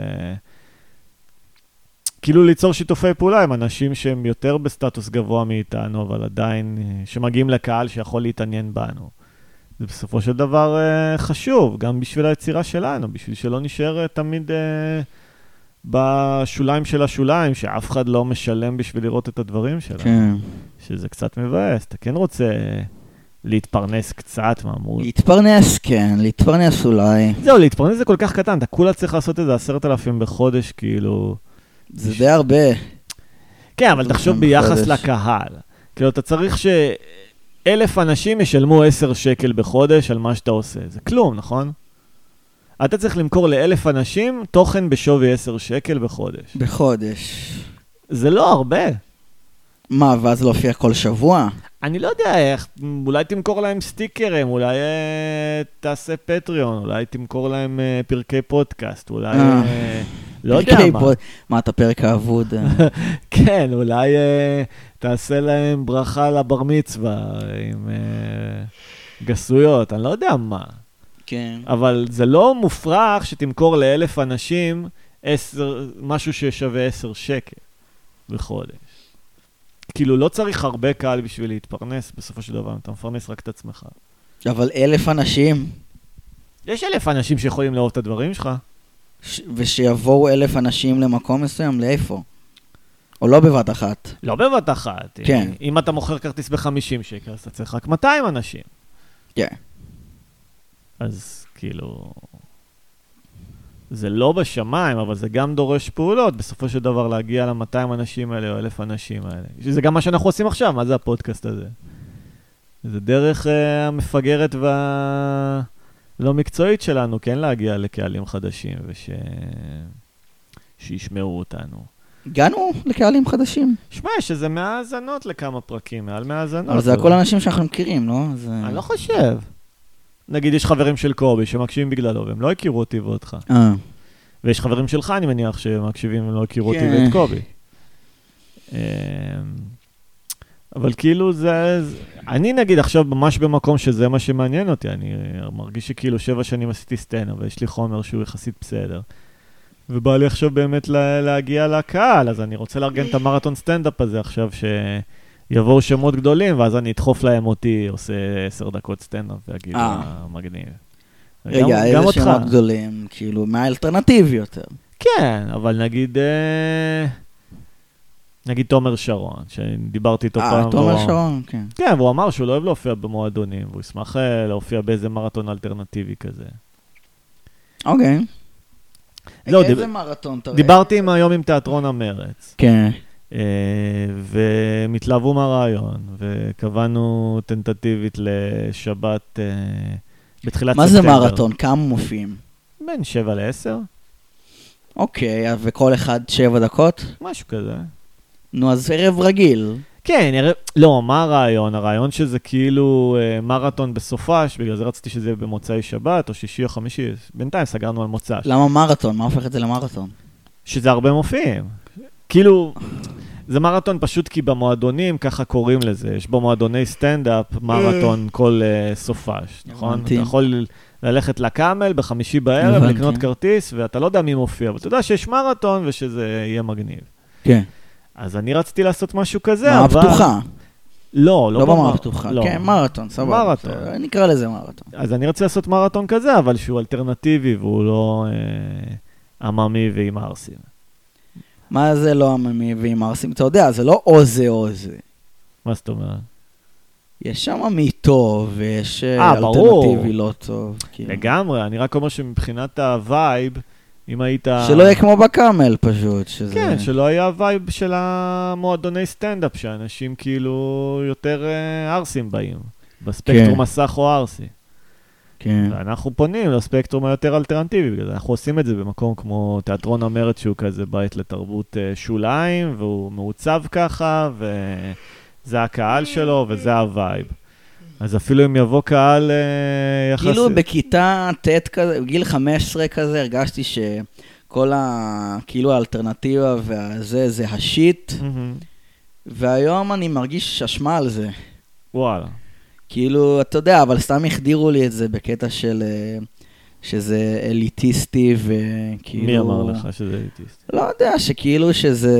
כאילו ליצור שיתופי פעולה עם אנשים שהם יותר בסטטוס גבוה מאיתנו, אבל עדיין שמגיעים לקהל שיכול להתעניין בנו. זה בסופו של דבר חשוב, גם בשביל היצירה שלנו, בשביל שלא נשאר תמיד... בשוליים של השוליים, שאף אחד לא משלם בשביל לראות את הדברים שלה. כן. שזה קצת מבאס. אתה כן רוצה להתפרנס קצת מהמות. להתפרנס, כן. להתפרנס אולי. זהו, להתפרנס זה כל כך קטן. אתה כולה צריך לעשות את זה עשרת אלפים בחודש, כאילו... זה די הרבה. כן, אבל תחשוב ביחס לקהל. כאילו, אתה צריך שאלף אנשים ישלמו עשר שקל בחודש על מה שאתה עושה. זה כלום, נכון? אתה צריך למכור לאלף אנשים תוכן בשווי עשר שקל בחודש. בחודש. זה לא הרבה. מה, ואז להופיע כל שבוע? אני לא יודע איך, אולי תמכור להם סטיקרים, אולי אה, תעשה פטריון, אולי תמכור להם אה, פרקי פודקאסט, אולי... אה, אה, לא יודע מה. פוד... מה, אתה פרק האבוד? כן, אולי אה, תעשה להם ברכה לבר מצווה עם אה, גסויות, אני לא יודע מה. כן. אבל זה לא מופרך שתמכור לאלף אנשים עשר, משהו ששווה עשר שקל בחודש. כאילו לא צריך הרבה קהל בשביל להתפרנס, בסופו של דבר אתה מפרנס רק את עצמך. אבל אלף אנשים? יש אלף אנשים שיכולים לאהוב את הדברים שלך. ש- ושיבואו אלף אנשים למקום מסוים, לאיפה? או לא בבת אחת? לא בבת אחת. כן. אם, אם אתה מוכר כרטיס ב-חמישים שקל, אז אתה צריך רק מאתיים אנשים. כן. אז כאילו, זה לא בשמיים, אבל זה גם דורש פעולות, בסופו של דבר להגיע ל-מאתיים אנשים האלה או אלף אנשים האלה. זה גם מה שאנחנו עושים עכשיו, מה זה הפודקאסט הזה? זה דרך uh, המפגרת וה... לא מקצועית שלנו, כן להגיע לקהלים חדשים, וש... שישמעו אותנו. הגענו לקהלים חדשים. שמע, יש איזה מהאזנות לכמה פרקים, מעל מהאזנות. אבל זה הכל אנשים שאנחנו מכירים, לא? זה... אני לא חושב. נגיד, יש חברים של קובי שמקשיבים בגללו, והם לא הכירו אותי ואותך. אה. ויש חברים שלך, אני מניח, שמקשיבים והם לא הכירו אותי כן. ואת קובי. אבל כאילו זה... אני נגיד עכשיו ממש במקום שזה מה שמעניין אותי. אני מרגיש שכאילו שבע שנים עשיתי סטנדאפ, ויש לי חומר שהוא יחסית בסדר. ובא לי עכשיו באמת לה, להגיע לקהל, אז אני רוצה לארגן את המרתון סטנדאפ הזה עכשיו, שיבואו שמות גדולים, ואז אני אדחוף להם אותי, עושה עשר דקות סטנדאפ, ואגיד, אה, מגניב. רגע, איזה אותך. שמות גדולים, כאילו, מה האלטרנטיבי יותר? כן, אבל נגיד, אה, נגיד תומר שרון, שדיברתי איתו פעם. אה, תומר שרון, כן. כן, והוא אמר שהוא לא אוהב להופיע במועדונים, והוא ישמח להופיע באיזה מרתון אלטרנטיבי כזה. אוקיי. לא, איזה דיב... מרתון תראה? דיברתי עם היום עם תיאטרון המרץ. כן. Uh, והם התלהבו מהרעיון, וקבענו טנטטיבית לשבת uh, בתחילת מה ספטמבר. זה מרתון? כמה מופיעים? בין שבע לעשר. אוקיי, וכל אחד שבע דקות? משהו כזה. נו, אז ערב רגיל. כן, ערב... לא, מה הרעיון? הרעיון שזה כאילו uh, מרתון בסופש, בגלל זה רציתי שזה יהיה במוצאי שבת, או שישי או חמישי. בינתיים סגרנו על מוצ"ש. למה מרתון? מה הופך את זה למרתון? שזה הרבה מופיעים. כאילו... זה מרתון פשוט כי במועדונים ככה קוראים לזה. יש במועדוני סטנדאפ מרתון כל uh, סופש, נכון? אתה יכול ללכת לקאמל בחמישי בערב, לקנות כרטיס, ואתה לא יודע מי מופיע, אבל אתה יודע שיש מרתון ושזה יהיה מגניב. כן. אז אני רציתי לעשות משהו כזה, אבל... מה פתוחה? לא, לא במה פתוחה. לא. כן, מרתון, סבבה. מרתון. נקרא לזה מרתון. אז אני רציתי לעשות מרתון כזה, אבל שהוא אלטרנטיבי, והוא לא אה, עממי ועם ארסים. מה זה לא עממי ועם ארסים? אתה יודע, זה לא או זה או זה. מה זאת אומרת? יש שם מי טוב, ויש 아, אלטרנטיבי לא טוב. לגמרי, אני רק אומר שמבחינת הווייב, אם היית... שלא יהיה כמו בקאמל פשוט. שזה... כן, שלא היה הווייב של המועדוני סטנדאפ, שאנשים כאילו יותר ארסים באים, בספקטרום כן. מסך או ארסי. כן. ואנחנו פונים לספקטרום היותר אלטרנטיבי, בגלל זה אנחנו עושים את זה במקום כמו תיאטרון המרץ, שהוא כזה בית לתרבות שוליים, והוא מעוצב ככה, וזה הקהל שלו, וזה הווייב. אז אפילו אם יבוא קהל יחסי... כאילו בכיתה ט' כזה, בגיל חמש עשרה כזה, הרגשתי שכל ה... כאילו האלטרנטיבה והזה, זה השיט, והיום אני מרגיש אשמה על זה. וואלה. כאילו, אתה יודע, אבל סתם החדירו לי את זה בקטע של... שזה אליטיסטי וכאילו... מי אמר לך שזה אליטיסטי? לא יודע, שכאילו שזה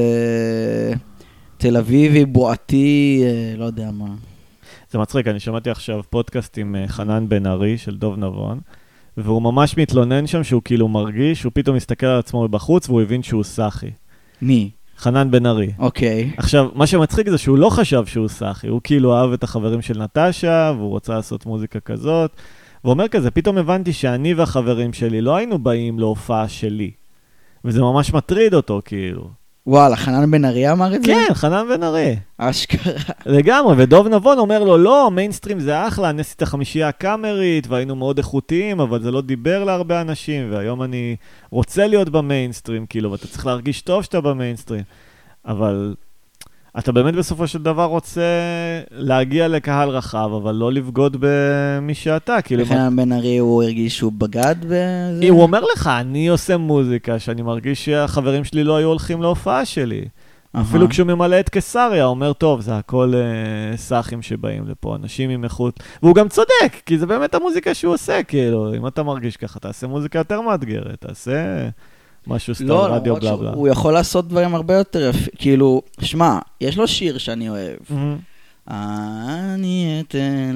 תל אביבי, בועתי, לא יודע מה. זה מצחיק, אני שמעתי עכשיו פודקאסט עם חנן בן ארי של דוב נבון, והוא ממש מתלונן שם שהוא כאילו מרגיש, הוא פתאום מסתכל על עצמו מבחוץ והוא הבין שהוא סחי. מי? חנן בן ארי. אוקיי. עכשיו, מה שמצחיק זה שהוא לא חשב שהוא סחי, הוא כאילו אהב את החברים של נטשה, והוא רוצה לעשות מוזיקה כזאת, והוא אומר כזה, פתאום הבנתי שאני והחברים שלי לא היינו באים להופעה שלי, וזה ממש מטריד אותו כאילו. וואלה, חנן בן ארי אמר את זה? כן, חנן בן ארי. אשכרה. לגמרי, ודוב נבון אומר לו, לא, מיינסטרים זה אחלה, אני עשיתי החמישייה הקאמרית, והיינו מאוד איכותיים, אבל זה לא דיבר להרבה אנשים, והיום אני רוצה להיות במיינסטרים, כאילו, ואתה צריך להרגיש טוב שאתה במיינסטרים. אבל אתה באמת בסופו של דבר רוצה להגיע לקהל רחב, אבל לא לבגוד במי שאתה. כאילו, חנן בן ארי הוא הרגיש שהוא בגד בזה? הוא אומר לך, אני עושה מוזיקה, שאני מרגיש שהחברים שלי לא היו הולכים להופעה שלי. אפילו כשהוא ממלא את קיסריה, הוא אומר, טוב, זה הכל אה, סאחים שבאים לפה, אנשים עם איכות. והוא גם צודק, כי זה באמת המוזיקה שהוא עושה, כאילו, אם אתה מרגיש ככה, תעשה מוזיקה יותר מאתגרת, תעשה משהו סתם, לא, רדיו בלה בלה. הוא יכול לעשות דברים הרבה יותר יפים, כאילו, שמע, יש לו שיר שאני אוהב. Mm-hmm. אני אתן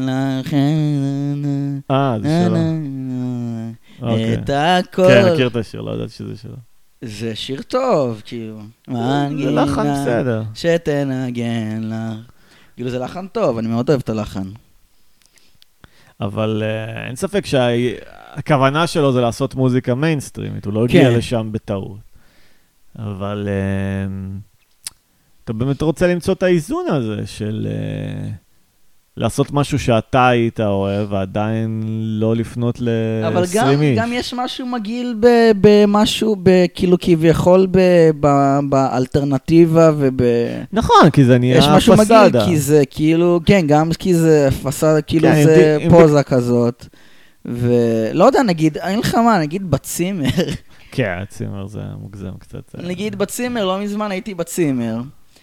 לכם... אה, זה שלו. את הכל. כן, מכיר את השיר, לא יודעת שזה שלו. זה שיר טוב, כאילו. זה לחן בסדר. שתנגן לך. כאילו זה לחן טוב, אני מאוד אוהב את הלחן. אבל אין ספק שהכוונה שלו זה לעשות מוזיקה מיינסטרימית, הוא לא הגיע לשם בטעות. אבל אתה באמת רוצה למצוא את האיזון הזה של לעשות משהו שאתה היית אוהב, ועדיין לא לפנות ל-עשרים אבל גם, איש. גם יש משהו מגעיל ב- במשהו, ב- כאילו כביכול ב- ב- באלטרנטיבה וב... נכון, כי זה נהיה יש פסאדה. משהו מגעיל, כי זה כאילו, כן, גם כי זה פסאדה, כאילו כן, זה אם ד- פוזה כזאת. ולא יודע, נגיד, אין לך מה, נגיד בצימר. כן, הצימר זה מוגזם קצת. נגיד בצימר, לא מזמן הייתי בצימר,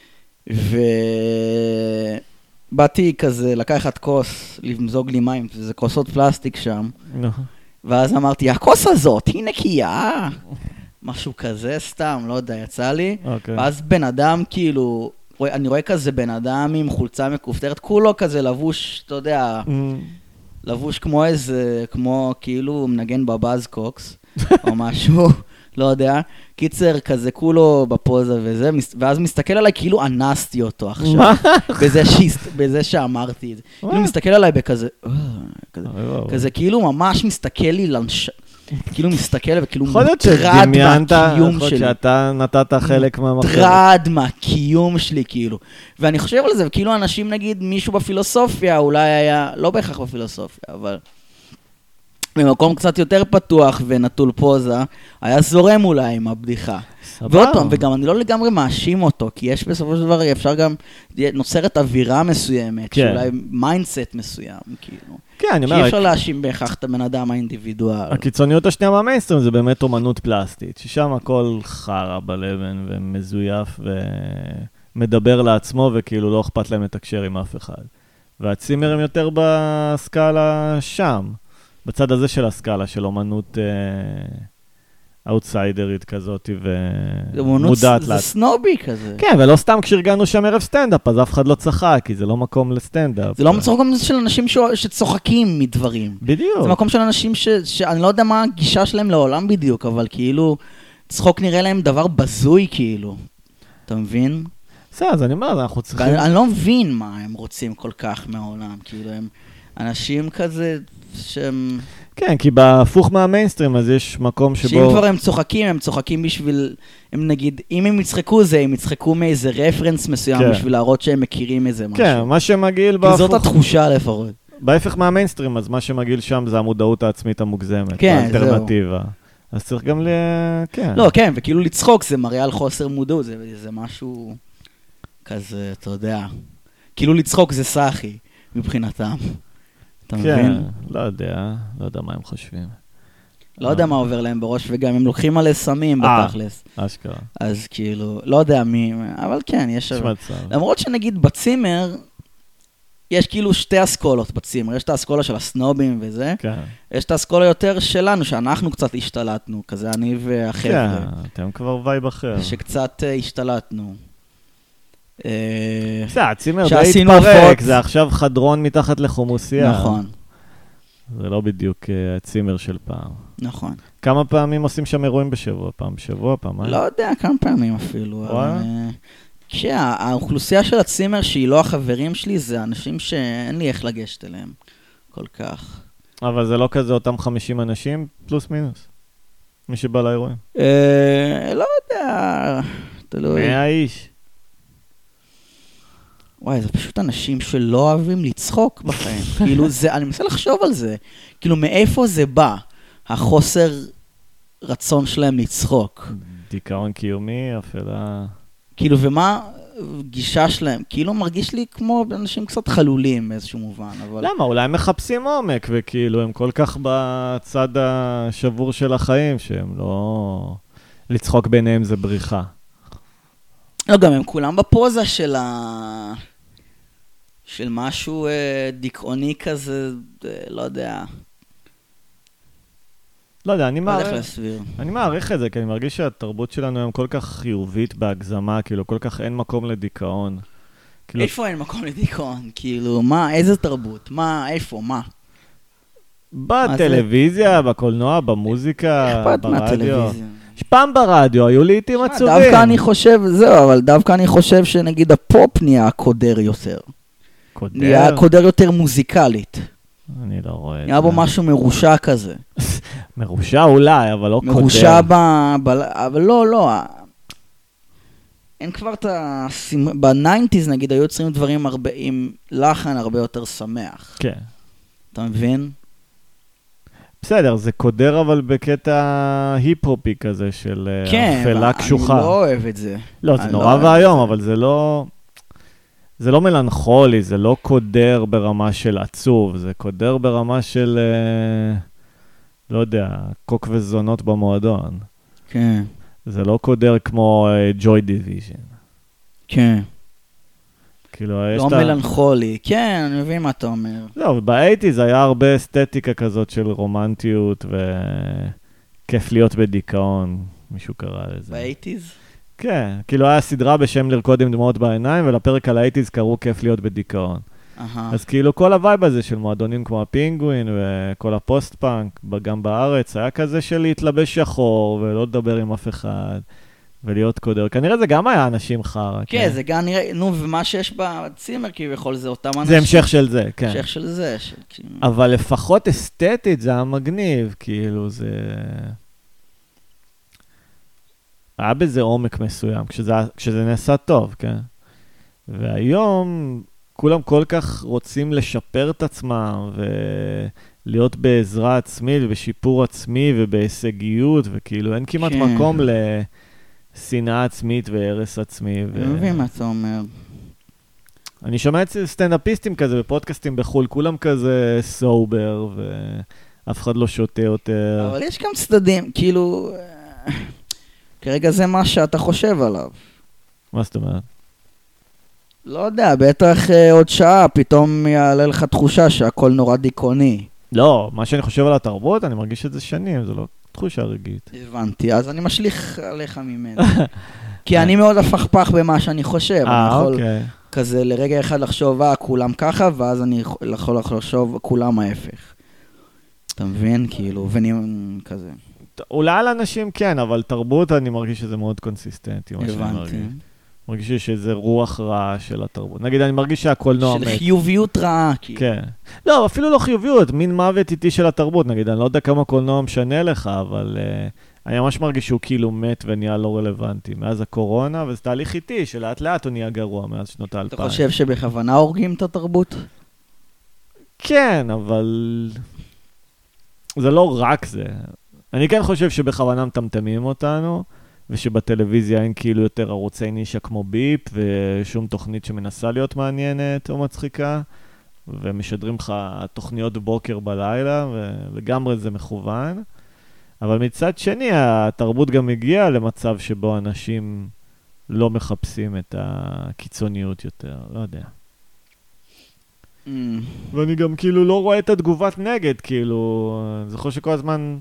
ובאתי כזה לקחת כוס, למזוג לי מים, זה כוסות פלסטיק שם, נכון. ואז אמרתי, הכוס הזאת היא נקייה, משהו כזה סתם, לא יודע, יצא לי, אוקיי. ואז בן אדם כאילו, רואה- אני רואה כזה בן אדם עם חולצה מכופתרת, כולו כזה לבוש, אתה יודע, לבוש כמו איזה, כמו כאילו מנגן בבאז קוקס, או משהו, לא יודע. קיצר, כזה כולו בפוזה וזה, מס- ואז מסתכל עליי כאילו אנסתי אותו עכשיו. מה? בזה, שהס- בזה שאמרתי את זה. מה? כאילו מסתכל עליי בכזה, "אה", כזה, אוי ואבוי. כזה כאילו ממש מסתכל לי לנש... כאילו מסתכל וכאילו יכול להיות מוטרד שדמיינת, מהקיום יכול להיות שלי. שאתה נתת חלק מהמחשב. מוטרד מהקיום שלי, כאילו. ואני חושב על זה, וכאילו אנשים, נגיד, מישהו בפילוסופיה, אולי היה, לא בהכרח בפילוסופיה, אבל במקום קצת יותר פתוח ונטול פוזה, היה זורם אולי עם הבדיחה. סבבה. ועוד פעם, וגם אני לא לגמרי מאשים אותו, כי יש בסופו של דבר, אפשר גם, נוצרת אווירה מסוימת, כן. שאולי מיינדסט מסוים, כאילו. כן, אני כי אי אומר, אפשר להאשים בהכרח את הבן אדם האינדיבידואל. הקיצוניות השנייה מהמיינסטרים זה באמת אומנות פלסטית, ששם הכל חרא בלבן ומזויף ומדבר לעצמו וכאילו לא אכפת להם לתקשר עם אף אחד. והצימרים יותר בסקאלה שם, בצד הזה של הסקאלה, של אומנות אאוטסיידרית כזאת ומודעת זה לעצמה. סנובי כזה. כן, ולא סתם כשארגנו שם ערב סטנדאפ, אז אף אחד לא צחק, כי זה לא מקום לסטנדאפ. זה לא מקום של אנשים ש- שצוחקים מדברים. בדיוק. זה מקום של אנשים ש... שאני לא יודע מה הגישה שלהם לעולם בדיוק, אבל כאילו, צחוק נראה להם דבר בזוי כאילו. אתה מבין? בסדר, אז אני אומר, אנחנו צריכים... ואני אני לא מבין מה הם רוצים כל כך מהעולם. כאילו, הם אנשים כזה שהם... כן, כי בהפוך מהמיינסטרים, אז יש מקום שבו... שאם כבר הם צוחקים, הם צוחקים בשביל... הם נגיד, אם הם יצחקו זה, הם יצחקו מאיזה רפרנס מסוים, כן. בשביל להראות שהם מכירים איזה משהו. כן, מה שמגעיל כי זאת בהפוך... התחושה לפחות. בהפך מהמיינסטרים, אז מה שמגעיל שם זה המודעות העצמית המוגזמת. כן, זהו. האלטרנטיבה. אז צריך גם ל... כן. לא, כן, וכאילו לצחוק זה מראה על חוסר מודעות, זה, זה משהו כזה, אתה יודע. כאילו לצחוק זה סחי, מבחינתם. אתה כן, מבין? לא יודע, לא יודע מה הם חושבים. לא יודע מה עובר להם בראש, וגם הם לוקחים עלי סמים אה. בתכלס. אשכרה. אז כאילו, לא יודע מי, אבל כן, יש... נשמע צער. למרות שנגיד בצימר, יש כאילו שתי אסכולות בצימר, יש את האסכולה של הסנובים וזה, כן. יש את האסכולה יותר שלנו, שאנחנו קצת השתלטנו, כזה אני והחבר'ה, כן, אתם כבר וייב אחר. שקצת אה, השתלטנו. אה, בסדר, הצימר די שעשינו התפרק, הופעות. זה עכשיו חדרון מתחת לחומוסייה. נכון, זה לא בדיוק אה, הצימר של פעם. נכון. כמה פעמים עושים שם אירועים בשבוע? פעם בשבוע, פעם? לא יודע, כמה פעמים אפילו. אבל, וואלה? אה, כשהאוכלוסייה של הצימר, שהיא לא החברים שלי, זה אנשים שאין לי איך לגשת אליהם כל כך. אבל זה לא כזה אותם חמישים אנשים, פלוס מינוס. מי שבא לאירועים. אה, לא יודע, תלוי. מאה איש. וואי, זה פשוט אנשים שלא אוהבים לצחוק בחיים. כאילו זה, אני מנסה לחשוב על זה. כאילו מאיפה זה בא, החוסר רצון שלהם לצחוק. דיכאון קיומי, אפלה... כאילו, ומה גישה שלהם? כאילו מרגיש לי כמו אנשים קצת חלולים באיזשהו מובן, אבל... למה? אולי הם מחפשים עומק, וכאילו הם כל כך בצד השבור של החיים, שהם לא... לצחוק ביניהם זה בריחה. לא, גם הם כולם בפוזה של ה... של משהו אה, דיכאוני כזה, אה, לא יודע. לא יודע, אני לא יודע איך מעריך, להסביר. אני מעריך את זה, כי אני מרגיש שהתרבות שלנו היום כל כך חיובית בהגזמה, כאילו כל כך אין מקום לדיכאון. כאילו, איפה אין מקום לדיכאון? כאילו, מה, איזה תרבות? מה, איפה, מה? בטלוויזיה, בקולנוע, במוזיקה, אכפת ברדיו. מהטלוויזיה. פעם ברדיו היו לעיתים שמע, עצובים. דווקא אני חושב, זהו, אבל דווקא אני חושב שנגיד הפופ נהיה קודר יותר. קודר? נהיה קודר יותר מוזיקלית. אני לא רואה את זה. נהיה בו משהו מרושע כזה. מרושע אולי, אבל לא קודר. מרושע ב... ב... אבל לא, לא. אין כבר את ה... ב-ניינטיז נגיד, היו יוצרים דברים הרבה, עם לחן הרבה יותר שמח. כן. אתה מבין? בסדר, זה קודר אבל בקטע היפ-הופי כזה של אפלה קשוחה. כן, אני לא אוהב את זה. לא, זה נורא והיום, אבל זה לא... זה לא מלנכולי, זה לא קודר ברמה של עצוב, זה קודר ברמה של, לא יודע, קוק וזונות במועדון. כן. זה לא קודר כמו ג'וי דיוויז'ן. כן. כאילו, לא מלנכולי, כן, אני מבין מה אתה אומר. לא, ב-שמונים זה היה הרבה אסתטיקה כזאת של רומנטיות, וכיף להיות בדיכאון, מישהו קרא לזה. ב-שמונים? כן, כאילו היה סדרה בשם לרקוד עם דמעות בעיניים, ולפרק על ה-שמונים קראו כיף להיות בדיכאון. אז כאילו כל הווייב הזה של מועדונים כמו הפינגווין, וכל הפוסט-פאנק, גם בארץ, היה כזה של להתלבש שחור, ולא לדבר עם אף אחד. ולהיות קודר. כנראה זה גם היה אנשים חרא. כן, זה גם נראה, נו, ומה שיש בצימר כביכול זה אותם אנשים. זה המשך של זה, כן. המשך של זה. אבל לפחות אסתטית זה היה מגניב, כאילו זה... היה בזה עומק מסוים, כשזה, כשזה נעשה טוב, כן? והיום כולם כל כך רוצים לשפר את עצמם, ולהיות בעזרה עצמית, ובשיפור עצמי, ובהישגיות, וכאילו אין כמעט כן. מקום ל... שנאה עצמית והרס עצמי. אני מבין מה אתה אומר. אני שומע את סטנדאפיסטים כזה בפודקאסטים בחול, כולם כזה סובר, ואף אחד לא שותה יותר. אבל יש גם צדדים, כאילו, כרגע זה מה שאתה חושב עליו. מה זאת אומרת? לא יודע, בטח עוד שעה פתאום יעלה לך תחושה שהכל נורא דיכאוני. לא, מה שאני חושב על התרבות, אני מרגיש את זה שנים, זה לא... תחושה רגעית. הבנתי, אז אני משליך עליך ממנו. כי אני מאוד הפכפך במה שאני חושב. אה, אני יכול אוקיי. כזה לרגע אחד לחשוב, אה, כולם ככה, ואז אני יכול לחשוב, כולם ההפך. אתה מבין? כאילו, ואני כזה. אולי על אנשים כן, אבל תרבות אני מרגיש שזה מאוד קונסיסטנטי. הבנתי. מרגיש שזה רוח רעה של התרבות. נגיד, אני מרגיש שהקולנוע מת. של חיוביות רעה, כאילו. כן. לא, אפילו לא חיוביות, מין מוות איטי של התרבות. נגיד, אני לא יודע כמה קולנוע משנה לך, אבל uh, אני ממש מרגיש שהוא כאילו מת ונהיה לא רלוונטי. מאז הקורונה, וזה תהליך איטי, שלאט לאט הוא נהיה גרוע מאז שנות האלפיים. אתה חושב שבכוונה הורגים את התרבות? כן, אבל... זה לא רק זה. אני כן חושב שבכוונה מטמטמים אותנו, ושבטלוויזיה אין כאילו יותר ערוצי נישה כמו ביפ, ושום תוכנית שמנסה להיות מעניינת או מצחיקה, ומשדרים לך תוכניות בוקר בלילה, ולגמרי זה מכוון. אבל מצד שני, התרבות גם הגיעה למצב שבו אנשים לא מחפשים את הקיצוניות יותר, לא יודע. Mm. ואני גם כאילו לא רואה את התגובת נגד, כאילו, זוכר שכל הזמן...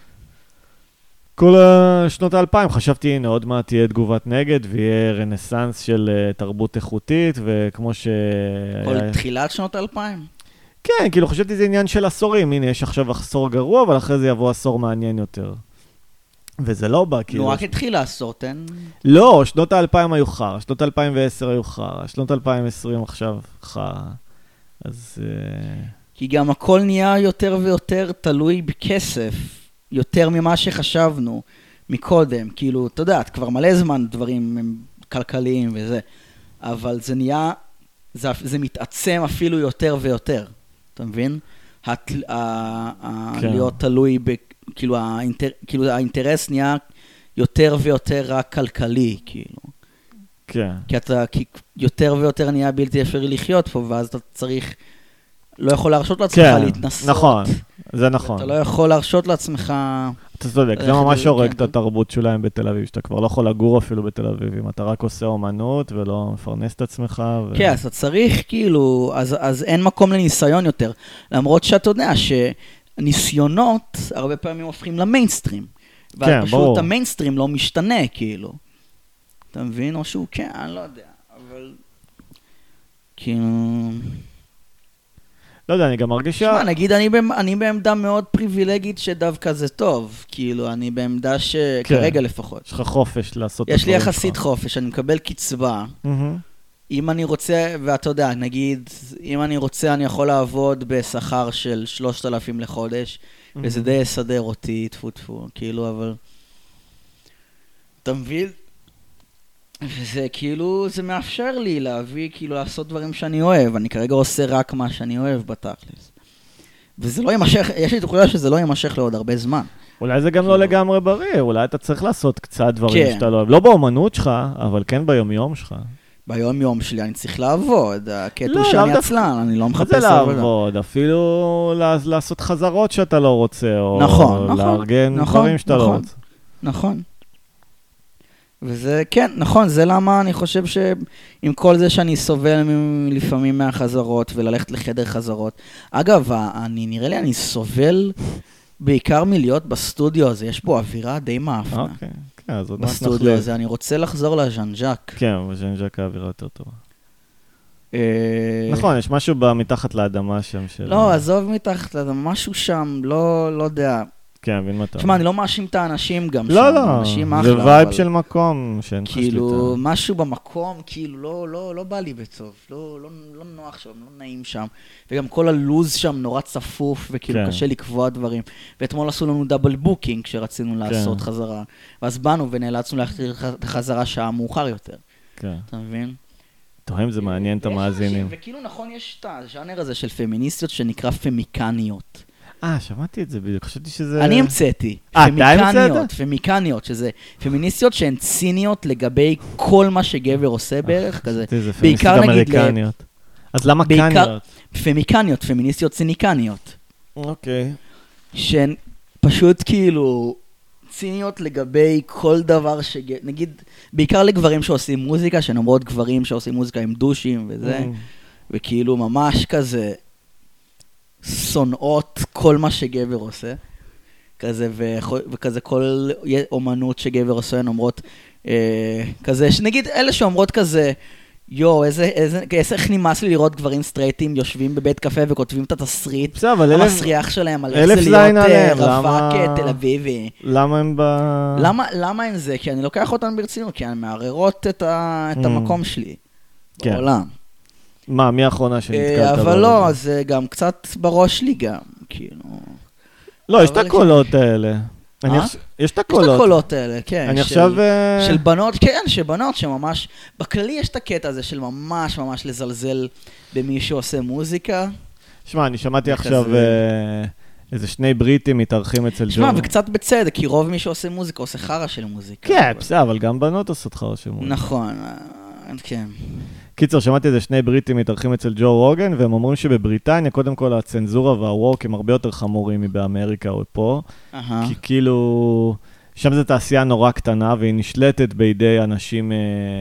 כל השנות האלפיים חשבתי, הנה, עוד מעט תהיה תגובת נגד, ויהיה רנסנס של תרבות איכותית, וכמו ש... כל תחילת שנות האלפיים? כן, כאילו חשבתי זה עניין של עשורים, הנה, יש עכשיו עשור גרוע, אבל אחרי זה יבוא עשור מעניין יותר. וזה לא בא, כאילו... נו, רק התחיל לעשור, תן... לא, שנות האלפיים היו חר, שנות אלפיים ועשר היו חר, שנות אלפיים ועשרים עכשיו חר. אז... כי גם הכל נהיה יותר ויותר תלוי בכסף. יותר ממה שחשבנו מקודם, כאילו, אתה יודע, כבר מלא זמן דברים הם כלכליים וזה, אבל זה נהיה, זה, זה מתעצם אפילו יותר ויותר, אתה מבין? הת, ה, ה, כן. להיות תלוי, ב, כאילו, האינטר, כאילו, האינטרס נהיה יותר ויותר רק כלכלי, כאילו. כן. כי אתה, כי יותר ויותר נהיה בלתי אפשרי לחיות פה, ואז אתה צריך, לא יכול להרשות לעצמך כן, להתנסות. נכון. זה נכון. אתה לא יכול להרשות לעצמך... אתה צודק, זה ממש הורג את התרבות שלהם בתל אביב, שאתה כבר לא יכול לגור אפילו בתל אביב, אם אתה רק עושה אומנות ולא מפרנס את עצמך. כן, אז אתה צריך כאילו, אז אין מקום לניסיון יותר, למרות שאתה יודע שניסיונות הרבה פעמים הופכים למיינסטרים, ואז פשוט המיינסטרים לא משתנה, כאילו. אתה מבין? או שהוא כן, אני לא יודע, אבל... כאילו... לא יודע, אני גם מרגיש... שמע, נגיד, אני, אני בעמדה מאוד פריבילגית שדווקא זה טוב. כאילו, אני בעמדה שכרגע לפחות. יש לך חופש לעשות... יש לי יחסית חופש, אני מקבל קצבה. אם אני רוצה, ואתה יודע, נגיד, אם אני רוצה, אני יכול לעבוד בשכר של שלושת אלפים לחודש, וזה די יסדר אותי, תפו תפו, כאילו, אבל... אתה מבין? וזה כאילו, זה מאפשר לי להביא, כאילו לעשות דברים שאני אוהב. אני כרגע עושה רק מה שאני אוהב בתכלס. וזה לא יימשך, יש לי תחושה שזה לא יימשך לעוד הרבה זמן. אולי זה גם לא לגמרי בריא, אולי אתה צריך לעשות קצת דברים כן. שאתה לא אוהב. לא באומנות שלך, אבל כן ביום-יום שלך. ביום יום שלי אני צריך לעבוד, הקטע לא, הוא שאני לאו עצלן, אני לא מה מחפש זה עבודה. לעבוד? אפילו לעש- לעשות חזרות שאתה לא רוצה, או נכון, נכון, לארגן נכון, דברים שאתה לא נכון. רוצה. נכון. וזה, כן, נכון, זה למה אני חושב שעם כל זה שאני סובל מ- לפעמים מהחזרות וללכת לחדר חזרות. אגב, אני, נראה לי אני סובל בעיקר מלהיות בסטודיו הזה, יש בו אווירה די מאפנה. אוקיי, כן, אז עוד מעט בסטודיו נחליט. הזה, אני רוצה לחזור לז'אנג'אק. כן, בז'אנג'אק האווירה יותר טובה. אה, נכון, יש משהו מתחת לאדמה שם של... לא, עזוב מתחת לזה, משהו שם, לא, לא יודע. כן, מבין מה אתה... תשמע, אני לא מאשים את האנשים גם שם, לא, לא, אנשים זה אחלה, וייב אבל של מקום שאין לך כאילו, שליטה. משהו במקום, כאילו, לא, לא, לא בא לי בטוב, לא, לא, לא נוח שם, לא נעים שם, וגם כל הלוז שם נורא צפוף, וכאילו כן. קשה לקבוע דברים, ואתמול עשו לנו דאבל בוקינג כשרצינו לעשות חזרה, ואז באנו ונאלצנו להחזיר את החזרה שעה מאוחר יותר, כן. אתה מבין? תוהה אם זה מעניין את יש המאזינים. אנשים, וכאילו נכון, יש את הז'אנר הזה של פמיניסטיות שנקרא פמיקניות. אה, שמעתי את זה בדיוק, חשבתי שזה... אני המצאתי. אה, אתה המצאת? פמיקניות, פמיקניות, שזה פמיניסטיות שהן ציניות לגבי כל מה שגבר עושה בערך, כזה. זה בעיקר פמיניסטיות נגיד ל- אמריקניות. אז למה בעיקר- קניות? פמיקניות, פמיניסטיות ציניקניות, אוקיי. שהן פשוט כאילו ציניות לגבי כל דבר שג... נגיד, בעיקר לגברים שעושים מוזיקה, שהן אומרות גברים שעושים מוזיקה עם דושים וזה, Mm. וכאילו ממש כזה שונאות כל מה שגבר עושה, כזה, ו- וכזה כל אומנות שגבר עושה, הן אומרות, אה, כזה, נגיד אלה שאומרות כזה, יו, איזה, איזה, איזה, איך נמאס לי לראות גברים סטרייטים יושבים בבית קפה וכותבים את התסריט בסדר, אבל אלף... המסריח שלהם על איך אלף זה זין להיות עליהם, אה, למה- רווק תל אביבי. למה הם ב... למה, למה הם זה? כי אני לוקח אותן ברצינות, כי הן מערערות את, ה, את Mm. המקום שלי כן. בעולם. מה, מי האחרונה אה, שנתקלת? אבל בה לא, בזה? זה גם קצת בראש לי גם, כאילו. לא, יש את אבל הקולות האלה. אני אה? חש- יש את יש את הקולות. הקולות האלה, כן. אני של- עכשיו... אה, של בנות, כן, שבנות שממש, בכללי יש את הקטע הזה של ממש ממש לזלזל במי שעושה מוזיקה. שמע, אני שמעתי וכזה- עכשיו אה, איזה שני בריטים מתארחים אצל שמע, ג'ו. וקצת בצדק, כי רוב מי שעושה מוזיקה עושה חרא של מוזיקה. כן, אבל- בסדר, אבל גם בנות עושות חרא של מוזיקה. נכון, אה, כן. קיצר, שמעתי איזה שני בריטים מתארחים אצל ג'ו רוגן, והם אומרים שבבריטניה, קודם כל הצנזורה והוורק הם הרבה יותר חמורים מבאמריקה או פה, אהה. כי כאילו, שם זו תעשייה נורא קטנה, והיא נשלטת בידי אנשים אה,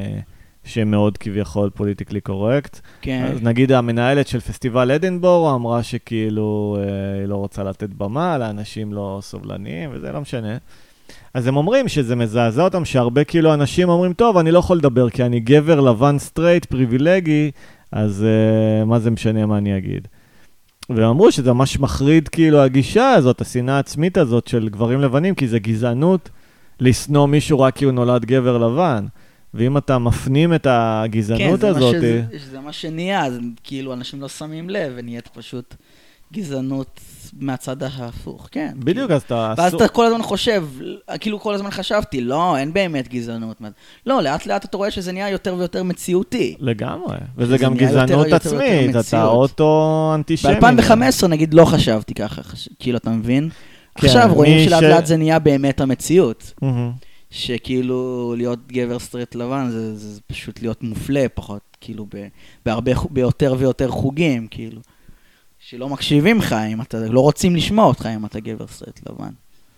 שהם מאוד כביכול פוליטיקלי קורקט. כן. אז נגיד המנהלת של פסטיבל אדינבורו אמרה שכאילו אה, היא לא רוצה לתת במה לאנשים לא סובלניים, וזה לא משנה. אז הם אומרים שזה מזעזע אותם, שהרבה כאילו אנשים אומרים, טוב, אני לא יכול לדבר, כי אני גבר לבן סטרייט, פריבילגי, אז uh, מה זה משנה מה אני אגיד. והם אמרו שזה ממש מחריד כאילו הגישה הזאת, השנאה העצמית הזאת של גברים לבנים, כי זה גזענות לשנוא מישהו רק כי הוא נולד גבר לבן. ואם אתה מפנים את הגזענות כן, זה הזאת... מה שזה, זה מה שנהיה, אז כאילו אנשים לא שמים לב, ונהיית פשוט גזענות מהצד ההפוך, כן. בדיוק, אז אתה... ואז אתה כל הזמן חושב, כאילו כל הזמן חשבתי, לא, אין באמת גזענות. לא, לאט לאט אתה רואה שזה נהיה יותר ויותר מציאותי. לגמרי, וזה שזה גם נהיה יותר גזענות ויותר יותר עצמית, אתה מציאות. אוטו-אנטישמי. ב-אלפיים וחמש עשרה נגיד לא חשבתי ככה, חש- כאילו אתה מבין? כן, עכשיו רואים מי שלאט ש- לאט זה נהיה באמת המציאות. מהמם. שכאילו להיות גבר סטרייט לבן זה, זה פשוט להיות מופלה פחות, כאילו ב, בהרבה, ביותר ויותר חוגים, כאילו. שלא מקשיבים לך אם אתה, לא רוצים לשמוע אותך אם אתה גבר סטרייט לבן.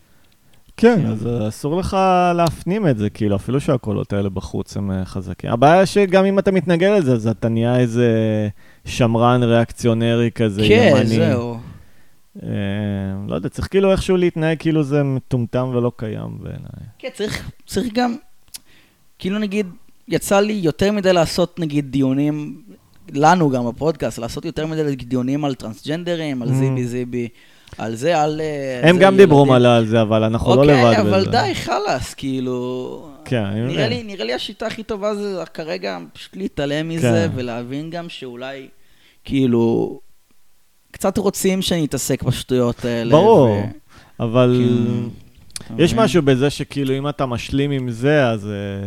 כן, אז אסור לך להפנים את זה, כאילו, אפילו שהקולות האלה בחוץ הם אה, חזקים. הבעיה שגם אם אתה מתנגד לזה, אז אתה נהיה איזה שמרן ריאקציונרי כזה, כן, ימני. זהו. אה, לא יודע, צריך כאילו איכשהו להתנהג כאילו זה מטומטם ולא קיים בעיניי. כן, צריך, צריך גם, כאילו נגיד, יצא לי יותר מדי לעשות נגיד דיונים, לנו גם בפודקאסט, לעשות יותר מדי דיונים על טרנסג'נדרים, על Mm. זיבי זיבי, על זה, על... אה, הם זה גם דיברו ילדים. מלא על זה, אבל אנחנו לא לבד בזה. אוקיי, אבל די, חלאס, כאילו... כן, אני נראה מבין. לי, נראה לי השיטה הכי טובה זה כרגע פשוט להתעלם מזה, כן. ולהבין גם שאולי, כאילו, קצת רוצים שאני אתעסק בשטויות האלה. ברור, ו- אבל כאילו, יש אוקיי. משהו בזה שכאילו אם אתה משלים עם זה, אז... אה,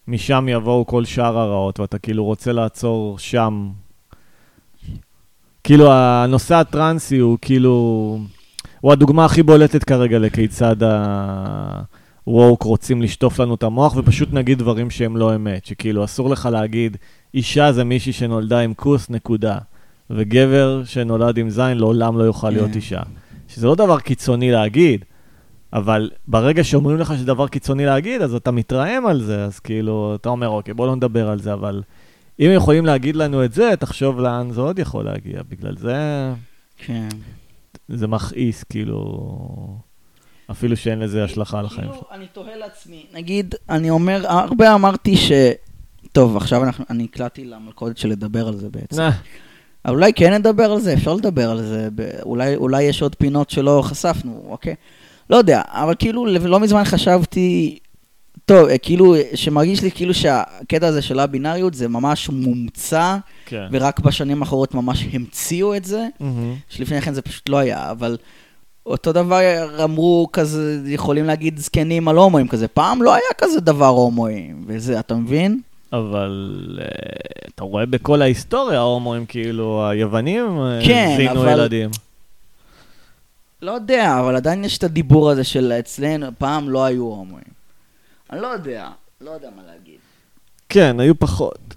משם יבואו כל שאר הרעות, ואתה כאילו רוצה לעצור שם. כאילו, הנושא הטרנסי הוא כאילו, הוא הדוגמה הכי בולטת כרגע לכיצד הווק רוצים לשטוף לנו את המוח, ופשוט נגיד דברים שהם לא אמת, שכאילו אסור לך להגיד, אישה זה מישהי שנולדה עם כוס, נקודה. וגבר שנולד עם זין לעולם לא יוכל להיות אישה. שזה לא דבר קיצוני להגיד, אבל ברגע שאומרים לך שזה דבר קיצוני להגיד, אז אתה מתרעם על זה, אז כאילו, אתה אומר, אוקיי, בוא לא נדבר על זה, אבל אם הם יכולים להגיד לנו את זה, תחשוב לאן זה עוד יכול להגיע. בגלל זה, כן. זה מכעיס, כאילו, אפילו שאין לזה השלכה על החיים. כאילו, אני תוהה לעצמי, נגיד, אני אומר, הרבה אמרתי ש... טוב, עכשיו אנחנו, אני הקלטתי למלכודת של לדבר על זה בעצם. אבל אולי כן נדבר על זה, אפשר לדבר על זה, אולי, אולי יש עוד פינות שלא חשפנו, אוקיי? לא יודע, אבל כאילו לא מזמן חשבתי, טוב, כאילו, שמרגיש לי כאילו שהקטע הזה של הבינאריות זה ממש מומצא, כן. ורק בשנים האחרות ממש המציאו את זה, Mm-hmm. שלפני כן זה פשוט לא היה, אבל אותו דבר אמרו כזה, יכולים להגיד זקנים על הומואים כזה, פעם לא היה כזה דבר הומואים, וזה, אתה מבין? אבל אתה רואה בכל ההיסטוריה, ההומואים כאילו, היוונים כן, זינו אבל... ילדים. לא יודע, אבל עדיין יש את הדיבור הזה של אצלנו, פעם לא היו הומואים. אני לא יודע, לא יודע מה להגיד. כן, היו פחות.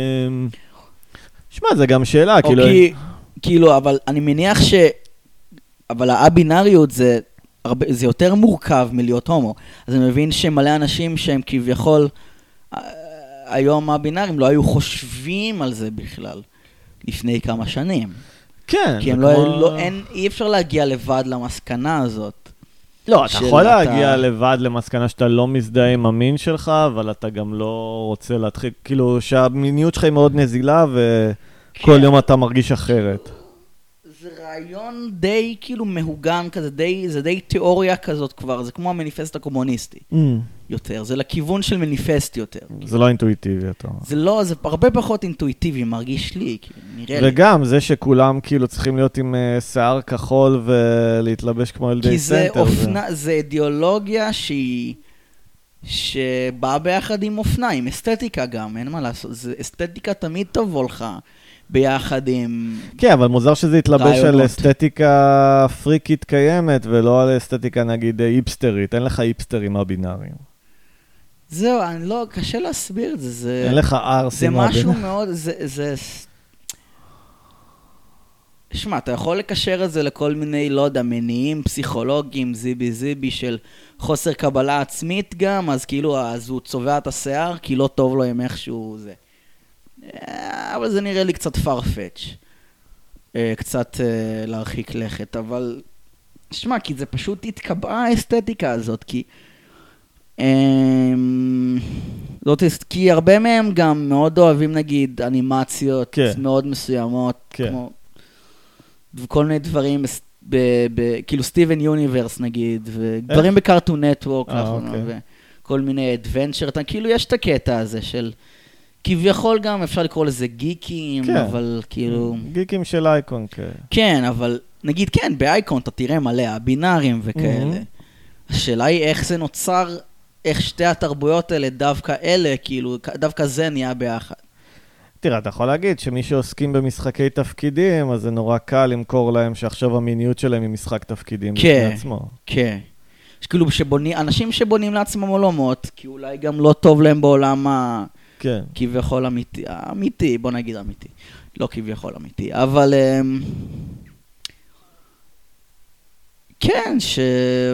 שמע, זה גם שאלה, כאילו... כי, כאילו, אבל אני מניח ש... אבל הבינאריות זה, הרבה, זה יותר מורכב מלהיות הומו. אז אני מבין שמלא אנשים שהם כביכול... היום הבינארים לא היו חושבים על זה בכלל, לפני כמה שנים. כן. כי הם כמו... לא, לא, אין, אי אפשר להגיע לבד למסקנה הזאת. לא, אתה יכול להגיע אתה... לבד למסקנה שאתה לא מזדהה עם המין שלך, אבל אתה גם לא רוצה להתחיל, כאילו שהמיניות שלך היא מאוד נזילה, וכל כן. יום אתה מרגיש אחרת. זה רעיון די כאילו מהוגן כזה, די, זה די תיאוריה כזאת כבר, זה כמו המניפסט הקומוניסטי. Mm. יותר, זה לכיוון של מניפסט יותר. זה לא אינטואיטיבי, אתה אומר. זה לא, זה הרבה פחות אינטואיטיבי, מרגיש לי, נראה לי. וגם זה שכולם כאילו צריכים להיות עם uh, שיער כחול ולהתלבש כמו ילדי סנטר. כי זה אופנה, זה אידיאולוגיה שהיא, שבאה ביחד עם אופנה, עם אסתטיקה גם, אין מה לעשות, זה אסתטיקה תמיד טוב לך. ביחד עם... כן, אבל מוזר שזה יתלבש על אסתטיקה פריקית קיימת, ולא על אסתטיקה נגיד היפסטרית. אין לך היפסטרים הבינאריים. זהו, אני לא, קשה להסביר את זה. זה אין לך ארסים הבינאריים. זה משהו מאוד, זה, זה... שמע, אתה יכול לקשר את זה לכל מיני, לא יודע, מניעים פסיכולוגיים, זיבי זיבי של חוסר קבלה עצמית גם, אז כאילו, אז הוא צובע את השיער, כי לא טוב לו עם איכשהו זה. אבל זה נראה לי קצת farfetch, קצת להרחיק לכת, אבל שמע, כי זה פשוט התקבעה האסתטיקה הזאת, כי זאת, כי הרבה מהם גם מאוד אוהבים נגיד אנימציות מאוד מסוימות, כמו וכל מיני דברים, כאילו סטיבן יוניברס נגיד, ודברים בקארטון נטוורק, וכל מיני אדוונצ'ר, כאילו יש את הקטע הזה של כביכול גם אפשר לקרוא לזה גיקים, כן. אבל כאילו... גיקים של אייקון, כן. כן, אבל נגיד כן, באייקון אתה תראה מלא, הבינארים וכאלה. Mm-hmm. השאלה היא איך זה נוצר, איך שתי התרבויות האלה, דווקא אלה, כאילו, דווקא זה נהיה ביחד. תראה, אתה יכול להגיד שמי שעוסקים במשחקי תפקידים, אז זה נורא קל למכור להם שעכשיו המיניות שלהם היא משחק תפקידים בפני עצמו. כן, כן. כאילו, שבוני, אנשים שבונים לעצמם עולמות, כי אולי גם לא טוב להם בעולם ה... כן. כביכול אמיתי, אמיתי, בוא נגיד אמיתי. לא כביכול אמיתי, אבל... כן, ש...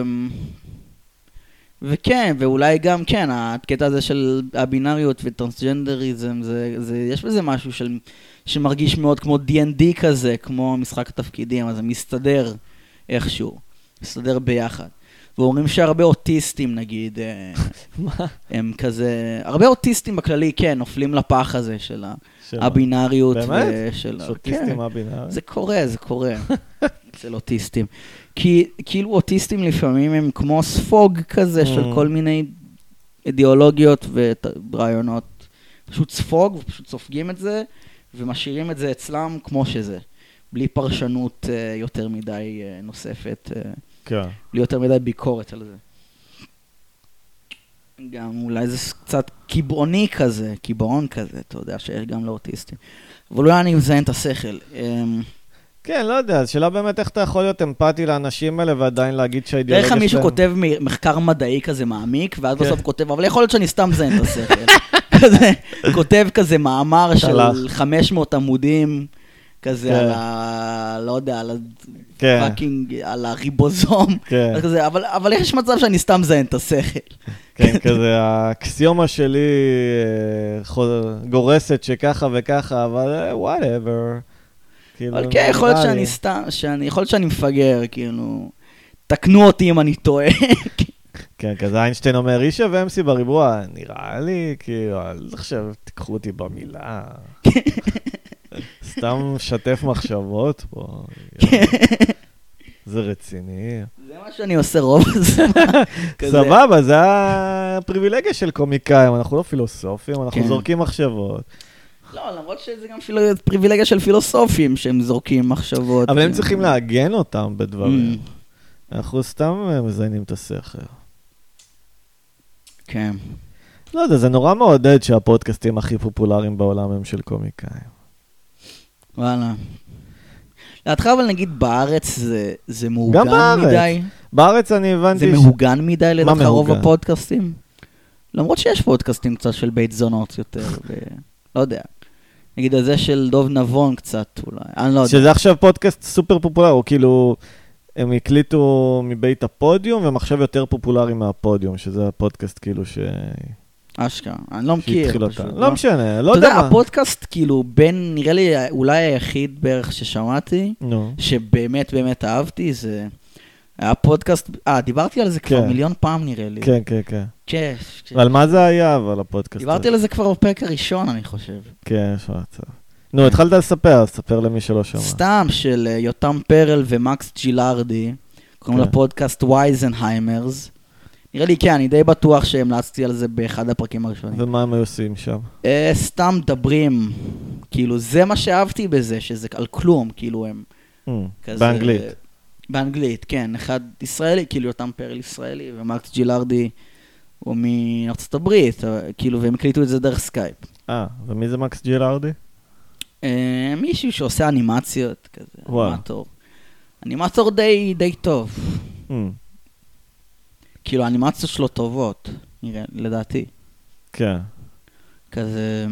וכן, ואולי גם כן, הקטע הזה של הבינאריות וטרנסג'נדריזם, זה, זה, יש בזה משהו של, שמרגיש מאוד כמו די אנד די כזה, כמו משחק התפקידים, אז זה מסתדר איכשהו, מסתדר ביחד. ואומרים שהרבה אוטיסטים, נגיד, הם כזה... הרבה אוטיסטים בכללי, כן, נופלים לפח הזה של הבינאריות. באמת? יש אוטיסטים הבינאריים? זה קורה, זה קורה. של אוטיסטים. כי כאילו אוטיסטים לפעמים הם כמו ספוג כזה של כל מיני אידיאולוגיות ורעיונות. פשוט ספוג, ופשוט סופגים את זה, ומשאירים את זה אצלם כמו שזה. בלי פרשנות יותר מדי נוספת. כן. בלי יותר מדי ביקורת על זה. גם אולי זה קצת קיבעוני כזה, קיבעון כזה, אתה יודע שיש גם לאוטיסטים. אבל אולי אני מזיין את השכל. כן, לא יודע, השאלה באמת איך אתה יכול להיות אמפתי לאנשים האלה ועדיין להגיד שהאידיאולוגיה שלהם... איך מישהו כותב מחקר מדעי כזה מעמיק, ואז בסוף כותב, אבל יכול להיות שאני סתם מזיין את השכל. כזה, כותב כזה מאמר של חמש מאות עמודים, כזה על ה... לא יודע, על הפאקינג, על הריבוזום. אבל יש מצב שאני סתם מזיין את השכל. כן, כזה, האקסיומה שלי גורסת שככה וככה, אבל whatever. אבל כן, יכול להיות שאני סתם, יכול להיות שאני מפגר, כאילו, תקנו אותי אם אני טועה. כן, כזה איינשטיין אומר, איש שווה אמסי בריבוע, נראה לי, כאילו, עכשיו תיקחו אותי במילה. סתם שתף מחשבות פה. זה רציני. זה מה שאני עושה רוב הזמן. סבבה, זה הפריבילגיה של קומיקאים, אנחנו לא פילוסופים, אנחנו זורקים מחשבות. לא, למרות שזה גם פריבילגיה של פילוסופים שהם זורקים מחשבות. אבל הם צריכים להגן אותם בדברים. אנחנו סתם מזיינים את השכל. כן. לא יודע, זה נורא מעודד שהפודקאסטים הכי פופולריים בעולם הם של קומיקאים. וואלה. להתחיל אבל נגיד בארץ זה, זה מהוגן מדי. בארץ אני הבנתי... זה מהוגן מדי לדעתך רוב הפודקאסטים? למרות שיש פודקאסטים קצת של בית זונות יותר, ו... לא יודע. נגיד הזה של דוב נבון קצת אולי, אני לא יודע. שזה עכשיו פודקאסט סופר פופולר, או כאילו, הם הקליטו מבית הפודיום, והם עכשיו יותר פופולריים מהפודיום, שזה הפודקאסט כאילו ש... אשכרה, אני לא מכיר. לא משנה, לא יודע מה. אתה יודע, הפודקאסט כאילו בין, נראה לי אולי היחיד בערך ששמעתי, שבאמת באמת אהבתי, זה... היה פודקאסט, אה, דיברתי על זה כבר מיליון פעם נראה לי. כן, כן, כן. כן. ועל מה זה היה, אבל הפודקאסט? דיברתי על זה כבר בפרק הראשון, אני חושב. כן, יש מצב. נו, התחלת לספר, ספר למי שלא שמע. סתם, של יותם פרל ומקס ג'ילארדי, קוראים לפודקאסט וייזנהיימרס. נראה לי, כן, אני די בטוח שהמלצתי על זה באחד הפרקים הראשונים. ומה הם עושים שם? סתם דברים, כאילו, זה מה שאהבתי בזה, שזה על כלום, כאילו הם... באנגלית. באנגלית, כן, אחד ישראלי, כאילו יותם פרל ישראלי, ומקס ג'ילארדי הוא מארצות הברית, כאילו, והם הקליטו את זה דרך סקייפ. אה, ומי זה מקס ג'ילארדי? מישהו שעושה אנימציות כזה, אנימטור. אנימטור די, די טוב. כאילו, האנימציות שלו טובות, נראה, לדעתי. כן. כזה...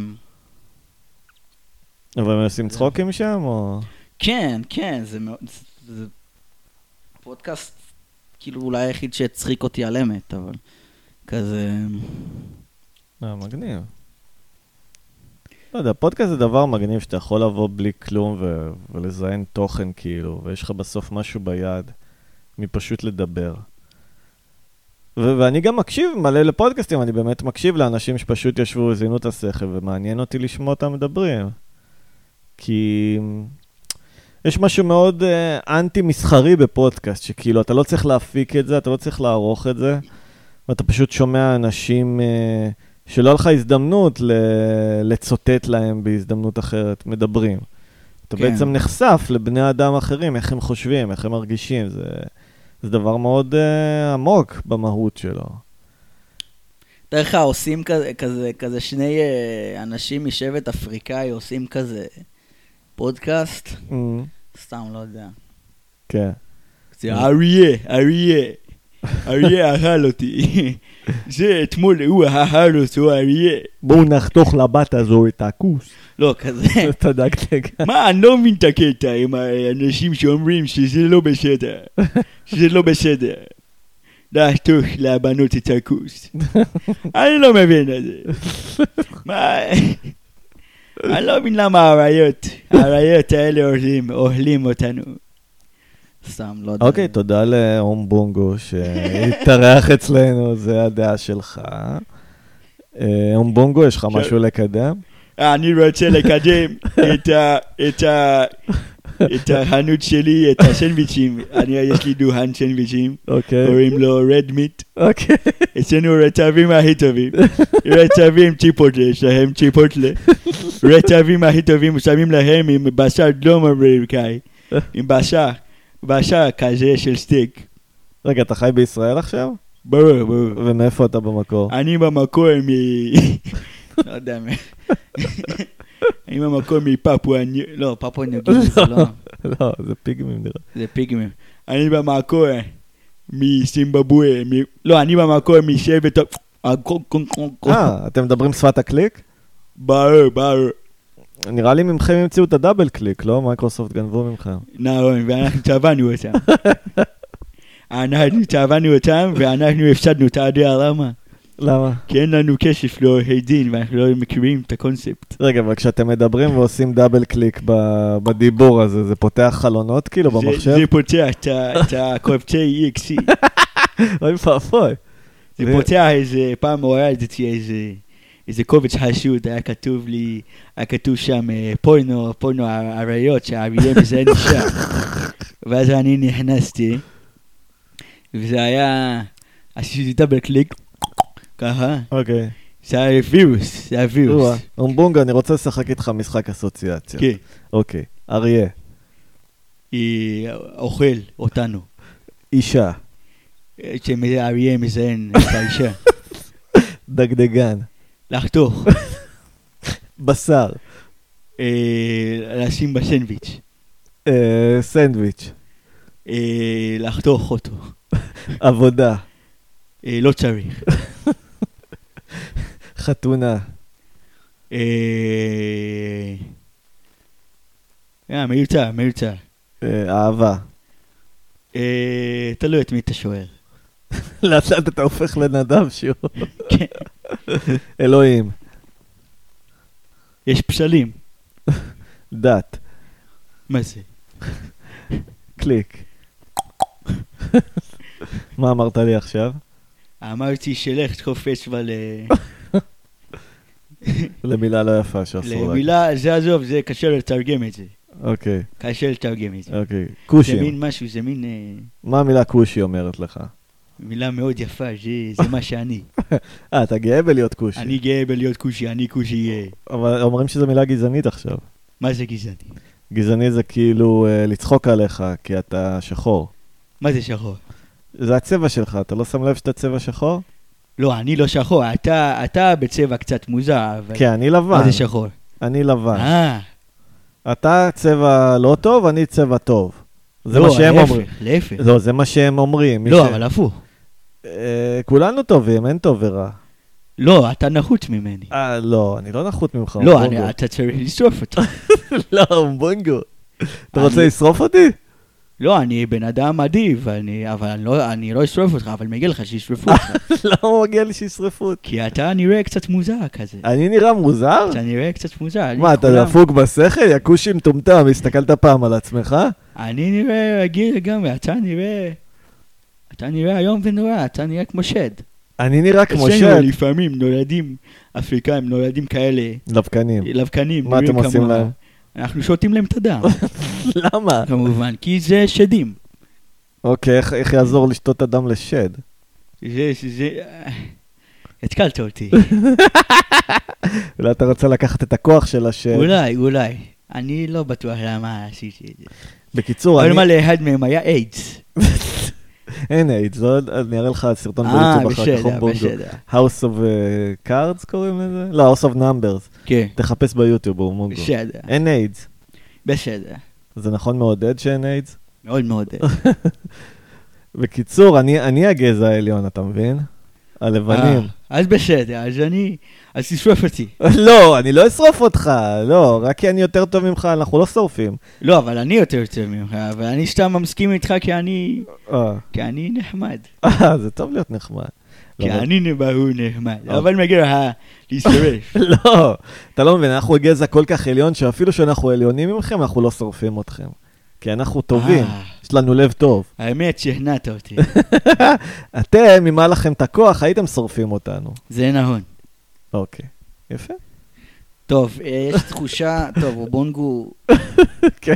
אבל הם עושים צחוקים שם, או... כן, כן, זה מאוד... זה פודקאסט, כאילו, אולי היחיד שהצחיק אותי על אמת, אבל... כזה... אה, מגניב. לא יודע, פודקאסט זה דבר מגניב שאתה יכול לבוא בלי כלום ו- ולזיין תוכן כאילו, ויש לך בסוף משהו ביד מפשוט לדבר. ו- ואני גם מקשיב מלא לפודקאסטים, אני באמת מקשיב לאנשים שפשוט ישבו וזינו את השכל, ומעניין אותי לשמוע אותם מדברים. כי יש משהו מאוד uh, אנטי-מסחרי בפודקאסט, שכאילו אתה לא צריך להפיק את זה, אתה לא צריך לערוך את זה, ואתה פשוט שומע אנשים... Uh, שלא לך הזדמנות לצוטט להם בהזדמנות אחרת, מדברים. אתה כן. בעצם נחשף לבני אדם אחרים, איך הם חושבים, איך הם מרגישים. זה, זה דבר מאוד uh, עמוק במהות שלו. דרך כלל עושים כזה, כזה, כזה שני uh, אנשים משבט אפריקאי, עושים כזה פודקאסט, mm. סתם לא יודע. כן. זה אריה, אריה. אריה אכל אותי. זה אתמול הוא אכל אותו אריה. בואו נחתוך לבת הזו את הכוס. לא, כזה. אתה דקת. מה, אני לא מבין את הקטע עם האנשים שאומרים שזה לא בסדר. שזה לא בסדר. לחתוך לבנות את הכוס. אני לא מבין את זה. מה... אני לא מבין למה האריות, האריות האלה אוכלים, אוכלים אותנו. סתם, לא יודע. אוקיי, תודה לאום בונגו שהתארח אצלנו, זה הדעה שלך. אום בונגו, יש לך משהו לקדם? אני רוצה לקדם את החנות שלי, את הסנדוויצ'ים. יש לי דוכן סנדוויצ'ים, קוראים לו רד מיט. אצלנו רטבים הכי טובים. רטבים צ'יפוטלה, יש להם צ'יפוטלה. רטבים הכי טובים, שמים להם עם בשר דרום אמריקאי, עם בשר. בשר כזה של סטיק. רגע, אתה חי בישראל עכשיו? ברור, ברור. ומאיפה אתה במקור? אני במקור מ... לא יודע מה. אני במקור מפפואה ניו... לא, פפואה ניו גיני זה לא. לא, זה פיגמים נראה. זה פיגמים. אני במקור מסימבבואה. לא, אני במקור משבט... אה, אתם מדברים שפת הקליק? ברור, ברור. נראה לי ממכם המציאו את הדאבל קליק, לא? מייקרוסופט גנבו ממכם. נכון, ואנחנו צבענו אותם. אנחנו צבענו אותם, ואנחנו הפסדנו, אתה יודע למה? למה? כי אין לנו כסף לעורכי דין, ואנחנו לא מכירים את הקונספט. רגע, אבל כשאתם מדברים ועושים דאבל קליק בדיבור הזה, זה פותח חלונות כאילו במחשב? זה פותח את הקובצי אי אקס אי. אוי פעפוי. זה פותח איזה, פעם הורדתי איזה... איזה קובץ חשוד, היה כתוב לי, היה כתוב שם פורנו, פורנו עריות, שהאריה מזהה נשאר. ואז אני נכנסתי, וזה היה, עשיתי דאבל קליק, ככה. אוקיי. זה היה וירוס, זה היה וירוס. אומבונגה, אני רוצה לשחק איתך משחק אסוציאציה. כן. אוקיי, אריה. היא אוכל אותנו. אישה. שהאריה מזהה את האישה. דגדגן. לחתוך. בשר. לשים בסנדוויץ'. סנדוויץ'. לחתוך אותו. עבודה. לא צריך. חתונה. מיותר, מיותר. אהבה. תלוי את מי אתה שואל. לאט לאט אתה הופך לנדב שיעור. כן. אלוהים. יש פשלים. דת. מה זה? קליק. מה אמרת לי עכשיו? אמרתי שלך תדחוף אצבע ל... למילה לא יפה שאסור. למילה, זה עזוב, זה קשה לתרגם את זה. אוקיי. קשה לתרגם את זה. אוקיי. קושים. זה מין משהו, זה מין... מה המילה קושי אומרת לך? מילה מאוד יפה, זה מה שאני. אה, אתה גאה בלהיות קושי. אני גאה בלהיות קושי, אני קושי גאה. אבל אומרים שזו מילה גזענית עכשיו. מה זה גזעני? גזעני זה כאילו לצחוק עליך, כי אתה שחור. מה זה שחור? זה הצבע שלך, אתה לא שם לב שאתה צבע שחור? לא, אני לא שחור, אתה, אתה בצבע קצת מוזר, אבל... כן, אני לבן. מה זה שחור? אני לבן. אה. אתה צבע לא טוב, אני צבע טוב. זה לא, מה שהם להפך, אומרים. להפך. לא, זה מה שהם אומרים. לא, ש... אבל הפוך. אה, כולנו טובים, אין טוב ורע. לא, אתה נחות ממני. אה, לא, אני לא נחות ממך. לא, אני, אתה צריך לשרוף אותי. לא, בונגו. אתה רוצה לשרוף אותי? לא, אני בן אדם אדיב, אני, אבל אני לא, אני לא אשרוף אותך, אבל מגיע לך שישרפו אותך. למה מגיע לי שישרפו אותי? כי אתה נראה קצת מוזר כזה. אני נראה מוזר? אתה נראה קצת מוזר. מה, אתה דפוק בשכל? יקושי מטומטם, הסתכלת פעם על עצמך? אני נראה רגיל לגמרי, אתה נראה... אתה נראה היום ונורא, אתה נראה כמו שד. אני נראה כמו שד. אצלנו לפעמים נולדים אפריקאים, נולדים כאלה... לבקנים. לבקנים. מה אתם עושים להם? אנחנו שותים להם את הדם. למה? כמובן, כי זה שדים. אוקיי, איך, איך יעזור לשתות הדם לשד? זה, זה... התקלת אותי. אולי אתה רוצה לקחת את הכוח של השד. אולי, אולי. אני לא בטוח למה עשיתי את זה. בקיצור, אני... אני... אבל מה לאחד מהם היה איידס. אין איידס, אני אראה לך סרטון ביוטיוב אחר כך. אה, בסדר. House of Cards קוראים לזה? לא, House of Numbers. כן. תחפש ביוטיוב, הוא מונגו. בסדר. אין איידס. בסדר. זה נכון מעודד שאין איידס? מאוד מעודד. בקיצור, אני, אני הגזע העליון, אתה מבין? הלבנים. אז בסדר, אז אני... אז תשרוף אותי. לא, אני לא אשרוף אותך, לא, רק כי אני יותר טוב ממך, אנחנו לא שורפים. לא, אבל אני יותר טוב ממך, אבל אני סתם מסכים איתך כי אני... כי אני נחמד. אה, זה טוב להיות נחמד. כי אני נבהור נחמד, אבל מגיע לך להשתרף. לא, אתה לא מבין, אנחנו גזע כל כך עליון, שאפילו שאנחנו עליונים ממכם, אנחנו לא שורפים אתכם. כי אנחנו טובים, יש לנו לב טוב. האמת שהכנעת אותי. אתם, אם היה לכם את הכוח, הייתם שורפים אותנו. זה נכון. אוקיי, יפה. טוב, יש תחושה, טוב, אובונגו... כן.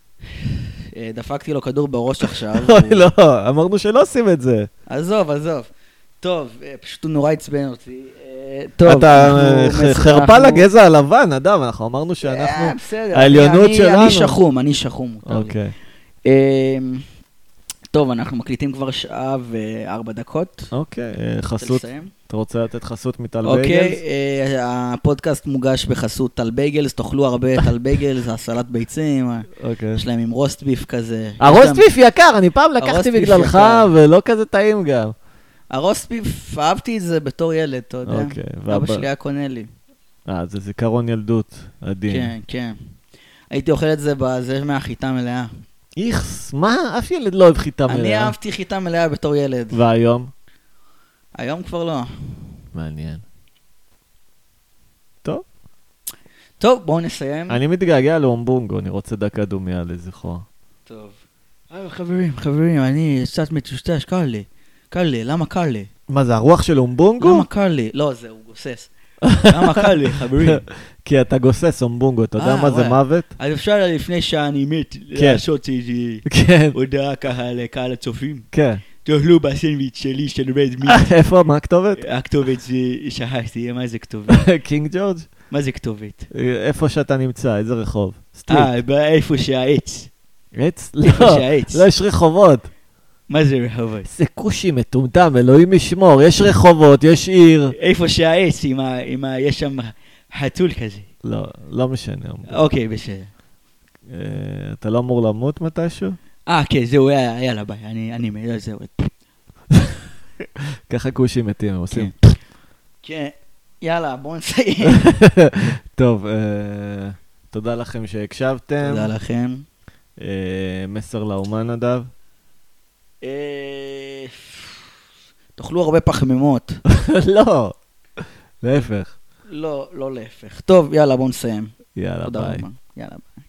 דפקתי לו כדור בראש עכשיו. אוי, לא, אמרנו שלא עושים את זה. עזוב, עזוב. טוב, פשוט הוא נורא עצבן אותי. טוב, אתה חרפה לגזע הלבן, אדם, אנחנו אמרנו שאנחנו... העליונות שלנו. אני שחום, אני שחום. אוקיי. טוב, אנחנו מקליטים כבר שעה וארבע דקות. אוקיי, חסות, אתה רוצה לתת חסות מטל בייגלס? אוקיי, הפודקאסט מוגש בחסות טל בייגלס, תאכלו הרבה טל בייגלס, הסלט ביצים, יש להם עם רוסט ביף כזה. הרוסט ביף יקר, אני פעם לקחתי בגללך ולא כזה טעים גם. הרוסט ביף, אהבתי את זה בתור ילד, אתה יודע. אבא שלי היה קונה לי. אה, זה זיכרון ילדות, עדין. כן, כן. הייתי אוכל את זה בזה מהחיטה מלאה. איכס, מה? אף ילד לא אוהב חיטה מלאה. אני אהבתי חיטה מלאה בתור ילד. והיום? היום כבר לא. מעניין. טוב. טוב, בואו נסיים. אני מתגעגע לאומבונגו, אני רוצה דקה דומיה לזכרו. טוב. חברים, חברים, אני קצת מטושטש, קל לי. קל לי, למה קל לי? מה, זה הרוח של אומבונגו? למה קל לי? לא, זה, הוא גוסס. למה קל לי, חברים? כי אתה גוסס אומבונגו, אתה יודע מה זה מוות? אז אפשר לפני שאני מת לעשות איזו הודעה ככה לקהל הצופים. כן. תאכלו בסנדוויץ' שלי של רד מיט. איפה? מה הכתובת? הכתובת זה, שכחתי, מה זה כתובת? קינג ג'ורג'? מה זה כתובת? איפה שאתה נמצא, איזה רחוב? אה, איפה שהעץ. עץ? איפה שהעץ. לא, יש רחובות. מה זה רחובות? זה כושי מטומטם, אלוהים ישמור, יש רחובות, יש עיר. איפה שהעץ, יש שם חתול כזה. לא, לא משנה. אוקיי, בסדר. אתה לא אמור למות מתישהו? אה, כן, זהו, יאללה, ביי, אני מייל, זהו. ככה כושי מתים, הם עושים. כן, יאללה, בואו נסיים. טוב, תודה לכם שהקשבתם. תודה לכם. מסר לאומן נדב. תאכלו הרבה פחמימות. לא, להפך. לא, לא להפך. טוב, יאללה, בואו נסיים. יאללה, ביי. יאללה, ביי.